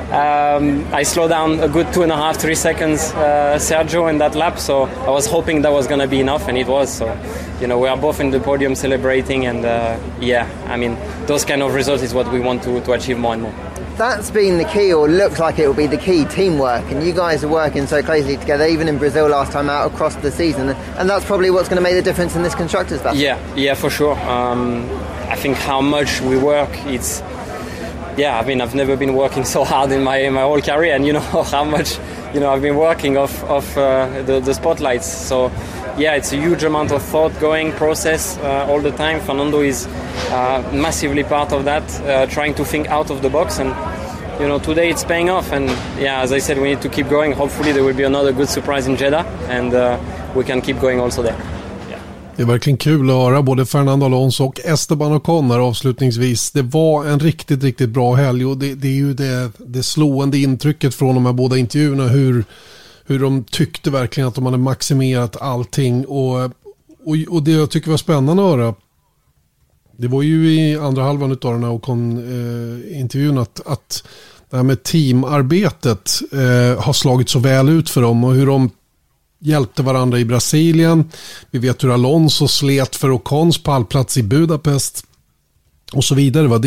I slowed down a good 2.5-3 seconds, Sergio, in that lap. So I was hoping that was going to be enough, and it was. So, we are both in the podium celebrating, and yeah, I mean, those kind of results is what we want to achieve more and more. That's been the key, or looks like it will be the key, teamwork, and you guys are working so closely together, even in Brazil last time out, across the season, and that's probably what's going to make the difference in this Constructors' Battle. Yeah, for sure. I think how much we work, it's... Yeah, I mean, I've never been working so hard in my whole career, and how much, I've been working off the spotlights. So, yeah, it's a huge amount of thought going, process all the time. Fernando is massively part of that, trying to think out of the box, and today it's paying off. And yeah, as I said, we need to keep going. Hopefully there will be another good surprise in Jeddah, and we can keep going also there. Det är verkligen kul att höra både Fernando Alonso och Esteban Ocon avslutningsvis. Det var en riktigt, riktigt bra helg, och det är ju det slående intrycket från de här båda intervjuerna, hur de tyckte verkligen att de hade maximerat allting, och det jag tycker var spännande att höra, det var ju i andra halvan av den här Ocon-intervjun att det här med teamarbetet har slagit så väl ut för dem, och hur de hjälpte varandra i Brasilien. Vi vet hur Alonso slet för Ocons pallplats i Budapest och så vidare. Va?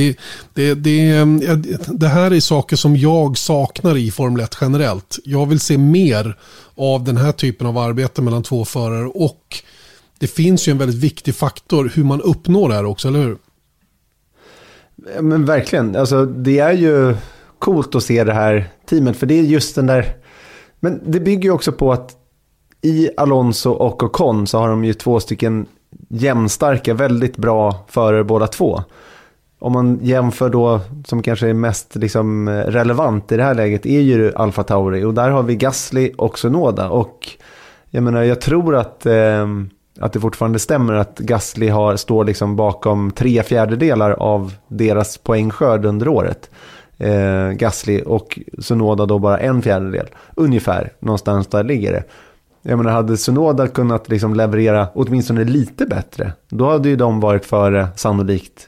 Det här är saker som jag saknar i Formel 1 generellt. Jag vill se mer av den här typen av arbete mellan två förare, och det finns ju en väldigt viktig faktor hur man uppnår det här också, eller hur? Men verkligen, alltså det är ju coolt att se det här teamet, för det är just den där, men det bygger ju också på att i Alonso och Ocon så har de ju 2 stycken jämnstarka, väldigt bra förare båda två. Om man jämför då, som kanske är mest liksom relevant i det här läget, är ju Alfa Tauri, och där har vi Gasly och Tsunoda, och jag menar, jag tror att det fortfarande stämmer att Gasly står liksom bakom 3/4 av deras poängskörd under året. Gasly, och Tsunoda då bara 1/4, ungefär, någonstans där ligger det. Jag menar, hade Tsunoda kunnat liksom leverera åtminstone lite bättre, då hade ju de varit före sannolikt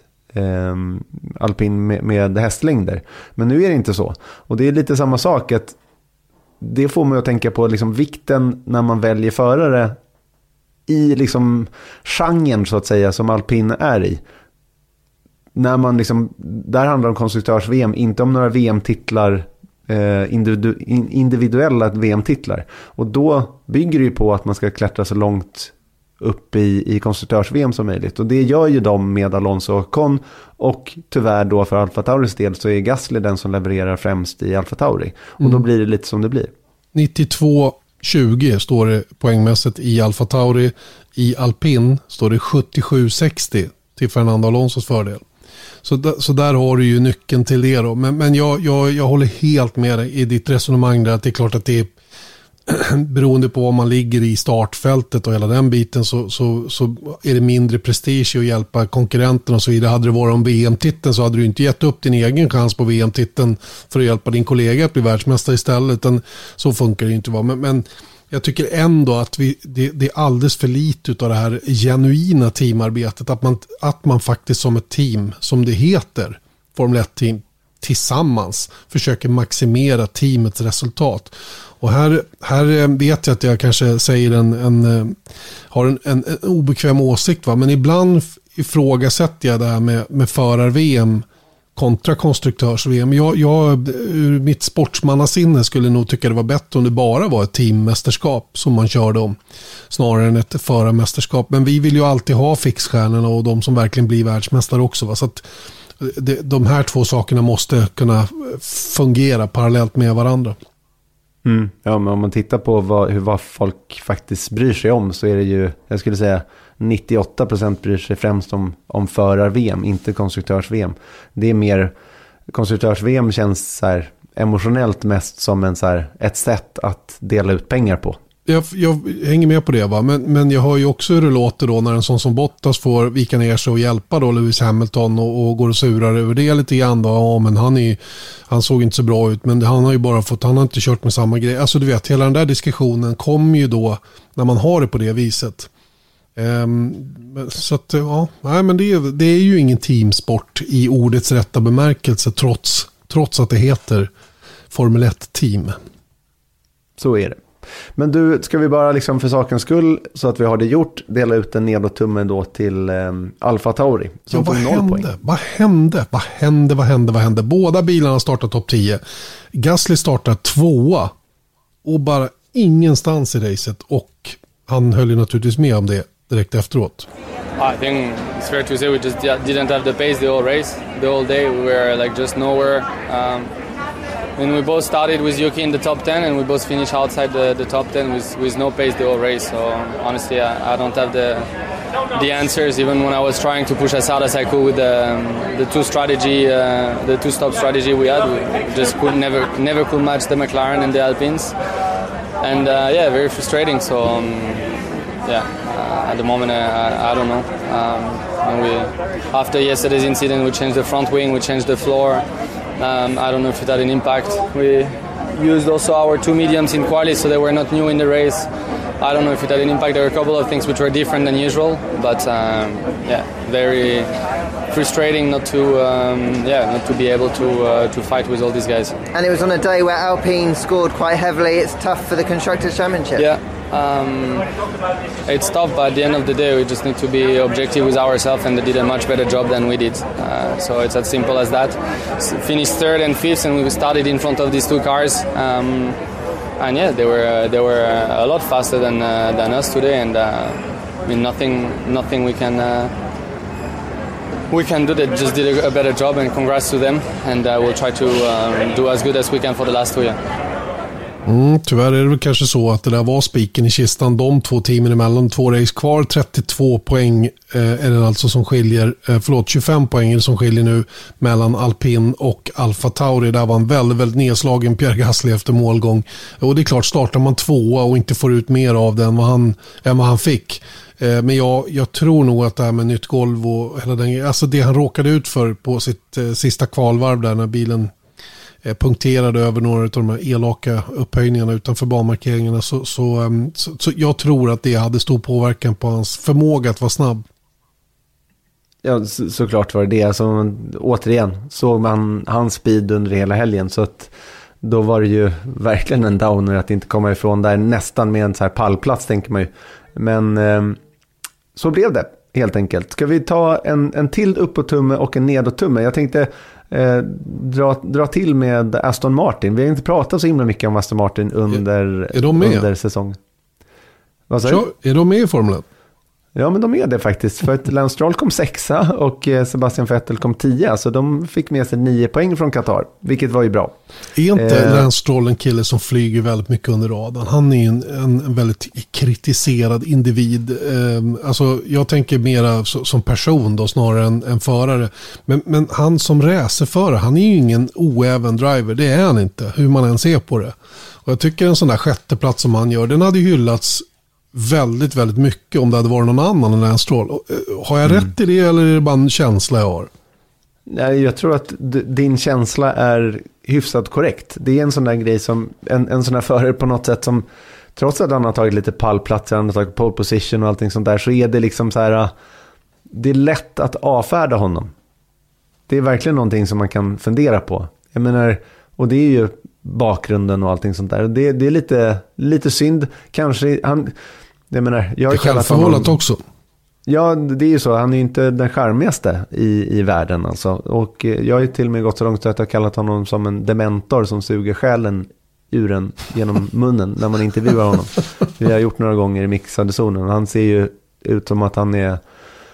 alpin med hästlängder. Men nu är det inte så. Och det är lite samma sak, att det får man att tänka på liksom vikten när man väljer förare i liksom genren så att säga som alpin är i. När man liksom, där handlar det om konstruktörs-VM, inte om några VM-titlar, individuella VM-titlar. Och då bygger det ju på att man ska klättra så långt upp i konstruktörs-VM som möjligt. Och det gör ju de med Alonso och Ocon, och tyvärr då för Alfa Tauris del så är Gasly den som levererar främst i Alfa Tauri. Och då blir det lite som det blir. 92-20 står det poängmässigt i Alfa Tauri. I alpin står det 77-60 till Fernando Alonsos fördel. Så där har du ju nyckeln till det då. Men jag håller helt med dig i ditt resonemang där, att det är klart att det är beroende på om man ligger i startfältet och hela den biten, så är det mindre prestige att hjälpa konkurrenterna och så vidare. Hade det varit om VM-titeln så hade du inte gett upp din egen chans på VM-titeln för att hjälpa din kollega att bli världsmästare istället. Utan så funkar det inte. Men jag tycker ändå att det är alldeles för lite av det här genuina teamarbetet. Att man faktiskt som ett team, som det heter, Formel 1-team, tillsammans försöker maximera teamets resultat. Och här vet jag att jag kanske säger har en obekväm åsikt, va? Men ibland ifrågasätter jag det här med förar-VM kontra konstruktörs-VM. Jag ur mitt sportsmannasinne skulle nog tycka det var bättre om det bara var ett teammästerskap som man körde om, snarare än ett förarmästerskap. Men vi vill ju alltid ha fixstjärnorna och de som verkligen blir världsmästare också, va? Så att de här två sakerna måste kunna fungera parallellt med varandra. Ja, men om man tittar på vad folk faktiskt bryr sig om, så är det ju, jag skulle säga 98% bryr sig främst om förar-VM, inte konstruktörs-VM. Det är mer, konstruktörs-VM känns så här emotionellt mest som ett sätt att dela ut pengar på. Jag hänger med på det, va? Men jag hör ju också hur det låter då när en sån som Bottas får vika ner sig och hjälpa då Lewis Hamilton och går och surar över det lite grann då. Ja, men han såg inte så bra ut, men han har inte kört med samma grej. Alltså du vet, hela den där diskussionen kommer ju då när man har det på det viset. Så att ja, nej, men det är ju ingen teamsport i ordets rätta bemärkelse, trots att det heter Formel 1-team. Så är det. Men du, ska vi bara liksom för sakens skull, så att vi har det gjort, dela ut en nedåttumme då till Alfa Tauri. Ja, vad hände? Båda bilarna startar topp 10. Gasly startar 2 och bara ingenstans i racet, och han höll ju naturligtvis med om det direkt efteråt. I think it's fair to say we just didn't have the pace the whole race, the whole day. We were like just nowhere. And we both started with Yuki in the top 10, and we both finished outside the top 10 with no pace the whole race. So honestly, I don't have the answers. Even when I was trying to push as hard as I could with the two-stop strategy we had, we just could never could match the McLaren and the Alpines. And very frustrating. So at the moment, I don't know. After yesterday's incident, we changed the front wing, we changed the floor. I don't know if it had an impact. We used also our 2 mediums in quali, so they were not new in the race. I don't know if it had an impact. There were a couple of things which were different than usual, but very frustrating not to be able to fight with all these guys. And it was on a day where Alpine scored quite heavily. It's tough for the Constructors' Championship. Yeah. It's tough, but at the end of the day we just need to be objective with ourselves, and they did a much better job than we did, so it's as simple as that. Finished 3rd and 5th, and we started in front of these 2 cars, and they were a lot faster than us today, and nothing we can do. They just did a better job, and congrats to them, and we'll try to do as good as we can for the last 2 years. Tyvärr är det väl kanske så att det där var spiken i kistan, de 2 teamen emellan, 2 race kvar, 32 poäng är det alltså som skiljer, 25 poäng är det som skiljer nu mellan Alpin och Alfa Tauri. Där var en väldigt, väldigt nedslagen Pierre Gasly efter målgång, och det är klart, startar man 2 och inte får ut mer av den än vad han fick. Men jag tror nog att det här med nytt golv och hela den, alltså det han råkade ut för på sitt sista kvalvarv där när bilen punkterade över några av de här elaka upphöjningarna utanför banmarkeringarna. Så jag tror att det hade stor påverkan på hans förmåga att vara snabb. Ja, såklart var det. Alltså, återigen såg man hans speed under hela helgen, så att då var det ju verkligen en downer att inte komma ifrån där nästan med en så här pallplats, tänker man ju. Men så blev det helt enkelt. Ska vi ta en till uppåt-tumme och en nedåt-tumme? Jag tänkte dra till med Aston Martin. Vi har inte pratat så himla mycket om Aston Martin under säsongen. Vad säger du? Är de med i Formel 1? Ja, men de är det faktiskt. För att Lance Stroll kom 6:a och Sebastian Vettel kom 10:a. Så de fick med sig 9 poäng från Qatar, vilket var ju bra. Är inte Lance Stroll en kille som flyger väldigt mycket under radarn? Han är en väldigt kritiserad individ. Alltså, jag tänker mera som person då, snarare än förare. Men han som racerförare, han är ju ingen oäven driver. Det är han inte, hur man än ser på det. Och jag tycker en sån där sjätteplats som han gör, den hade ju hyllats väldigt, väldigt mycket om det hade varit någon annan än Lance Stroll. Har jag rätt i det, eller är det bara en känsla jag har? Nej, jag tror att din känsla är hyfsat korrekt. Det är en sån där grej som en sån här förare på något sätt som, trots att han har tagit lite pallplatser, han har tagit pole position och allting sånt där, så är det liksom så här, det är lätt att avfärda honom. Det är verkligen någonting som man kan fundera på. Jag menar, och det är ju bakgrunden och allting sånt där. Det är lite synd. Kanske han, jag menar, jag har kallat honom också. Ja, det är ju så. Han är ju inte den charmigaste i världen alltså. Och jag har ju till och med gått så långt att jag har kallat honom som en dementor som suger själen ur en genom munnen när man intervjuar honom. Vi har gjort några gånger i mixade zonen. Han ser ju ut som att han är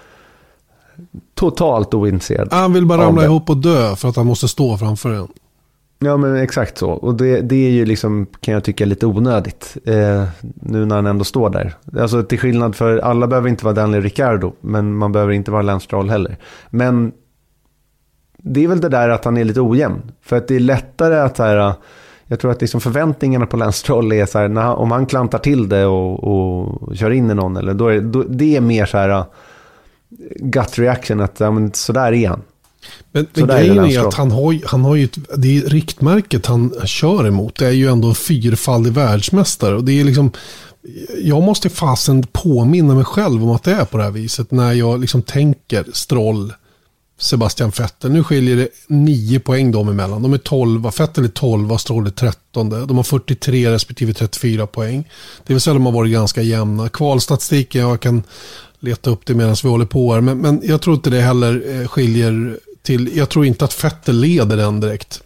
totalt ointresserad. Han vill bara ramla ihop och dö för att han måste stå framför en. Ja, men exakt så. Och det är ju liksom, kan jag tycka, lite onödigt nu när han ändå står där. Alltså till skillnad för, alla behöver inte vara Daniel Ricciardo, men man behöver inte vara Lance Stroll heller. Men det är väl det där att han är lite ojämn. För att det är lättare att så här, jag tror att liksom förväntningarna på Lance Stroll är så här, om han klantar till det och kör in i någon, eller då det är mer så här gut reaction, att ja, men så där är han. Men grejen är att han har ju det är riktmärket han kör emot. Det är ju ändå en 4-faldig världsmästare. Och det är liksom, jag måste fasen påminna mig själv om att det är på det här viset. När jag liksom tänker Stroll, Sebastian Vettel. Nu skiljer det 9 poäng dem emellan. De är 12, Vettel är 12, Stroll är 13. De har 43 respektive 34 poäng. Det vill säga de har varit ganska jämna. Kvalstatistiken, jag kan leta upp det medan vi håller på här. Men jag tror inte det heller skiljer till. Jag tror inte att Vettel leder den direkt.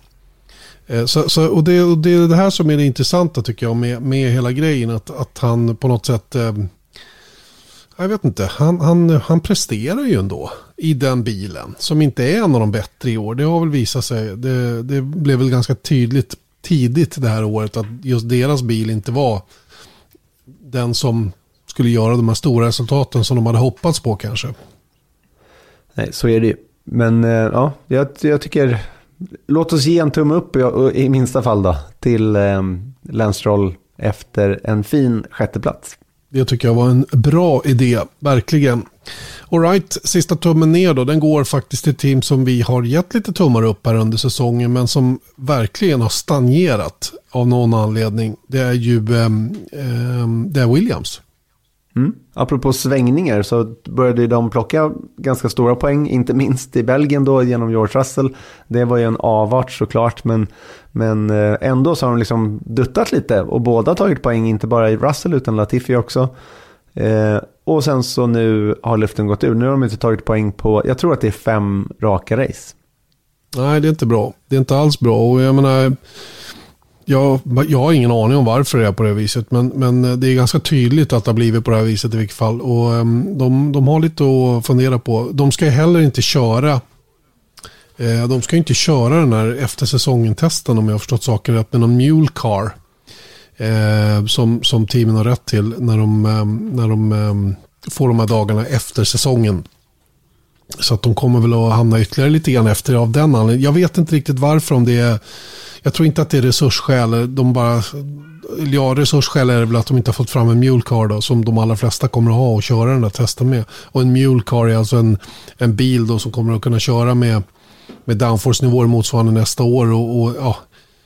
Och det är det här som är det intressanta, tycker jag, med hela grejen. Att han på något sätt, jag vet inte, han presterar ju ändå i den bilen som inte är en av de bättre i år. Det har väl visat sig. Det blev väl ganska tydligt tidigt det här året att just deras bil inte var den som skulle göra de här stora resultaten som de hade hoppats på kanske. Nej, så är det ju. Men ja, jag tycker, låt oss ge en tumme upp i minsta fall då till Lance Stroll efter en fin sjätteplats. Det tycker jag var en bra idé, verkligen. All right, sista tummen ner då, den går faktiskt till team som vi har gett lite tummar upp här under säsongen, men som verkligen har stagnerat av någon anledning. Det är ju det är Williams. Apropå svängningar så började de plocka ganska stora poäng, inte minst i Belgien då genom George Russell. Det var ju en avart såklart, men ändå så har de liksom duttat lite och båda tagit poäng, inte bara i Russell utan Latifi också. Och sen så nu har luften gått ur. Nu har de inte tagit poäng på, jag tror att det är 5 raka race. Nej, det är inte bra. Det är inte alls bra. Och jag menar, jag har ingen aning om varför det är på det viset, men det är ganska tydligt att det har blivit på det här viset i vilket fall. Och de har lite att fundera på. De ska heller inte köra den här efter säsongen-testen, om jag har förstått saker rätt, med någon mule car som teamen har rätt till när de får de här dagarna efter säsongen. Så att de kommer väl att hamna ytterligare lite grann efter av den anledningen. Jag vet inte riktigt varför, om det är, jag tror inte att det är resursskäl. Resursskäl är det väl att de inte har fått fram en mule car då, som de allra flesta kommer att ha och köra den där testen med. Och en mule car är alltså en bil då som kommer att kunna köra med downforce-nivåer motsvarande nästa år. Och ja,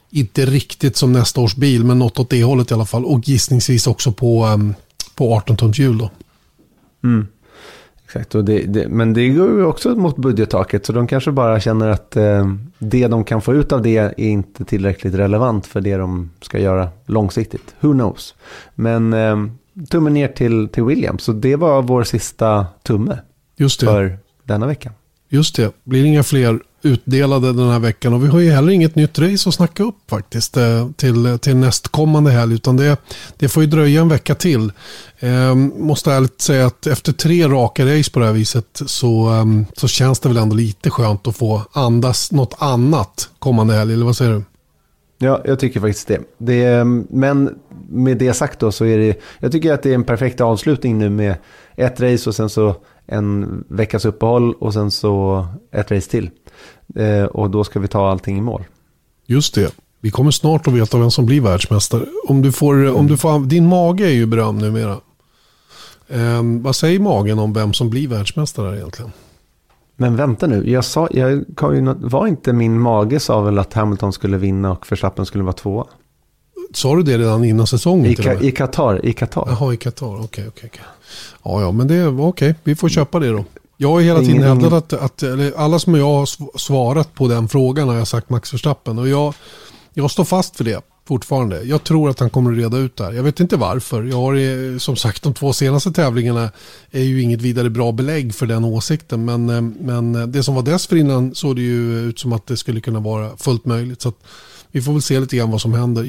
inte riktigt som nästa års bil, men något åt det hållet i alla fall. Och gissningsvis också på 18-tums hjul då. Exakt, och men det går ju också mot budgettaket, så de kanske bara känner att det de kan få ut av det är inte tillräckligt relevant för det de ska göra långsiktigt. Who knows? Men tummen ner till Williams, så det var vår sista tumme. Just det. För denna veckan. Just det, blir inga fler utdelade den här veckan, och vi har ju heller inget nytt race att snacka upp faktiskt till nästkommande helg, utan det får ju dröja en vecka till. Måste ärligt säga att efter 3 raka race på det här viset så känns det väl ändå lite skönt att få andas något annat kommande helg, eller vad säger du? Ja, jag tycker faktiskt det. Men med det sagt då, så är det, jag tycker att det är en perfekt avslutning nu med ett race och sen så en veckas uppehåll och sen så ett race till. Och då ska vi ta allting i mål. Just det. Vi kommer snart att veta vem som blir världsmästare. Om du får, din mage är ju berömd numera. Vad säger magen om vem som blir världsmästare egentligen? Men vänta nu, var inte min mage sa väl att Hamilton skulle vinna och Verstappen skulle vara 2? Sa du det redan innan säsongen? I Qatar. Jaha, i Qatar, okej. Ja, men det var okej. Vi får köpa det då. Jag har hela tiden hävdat att alla som jag har svarat på den frågan har jag sagt Max Verstappen, och jag står fast för det fortfarande. Jag tror att han kommer att reda ut det här. Jag vet inte varför. Jag har som sagt de 2 senaste tävlingarna är ju inget vidare bra belägg för den åsikten, men det som var dessförinnan såg det ju ut som att det skulle kunna vara fullt möjligt, så att vi får väl se lite grann vad som händer.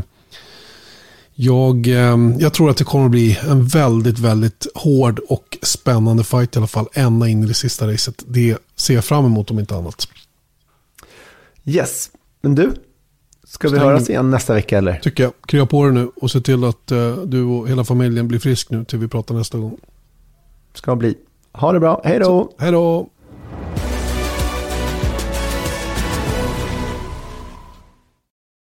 Jag tror att det kommer att bli en väldigt, väldigt hård och spännande fight i alla fall ända in i det sista racet. Det ser jag fram emot om inte annat. Yes, men du, ska vi höras igen nästa vecka eller? Tycker jag. Krya på dig nu och se till att du och hela familjen blir frisk nu till vi pratar nästa gång. Ska bli. Ha det bra, hej då! Hej då!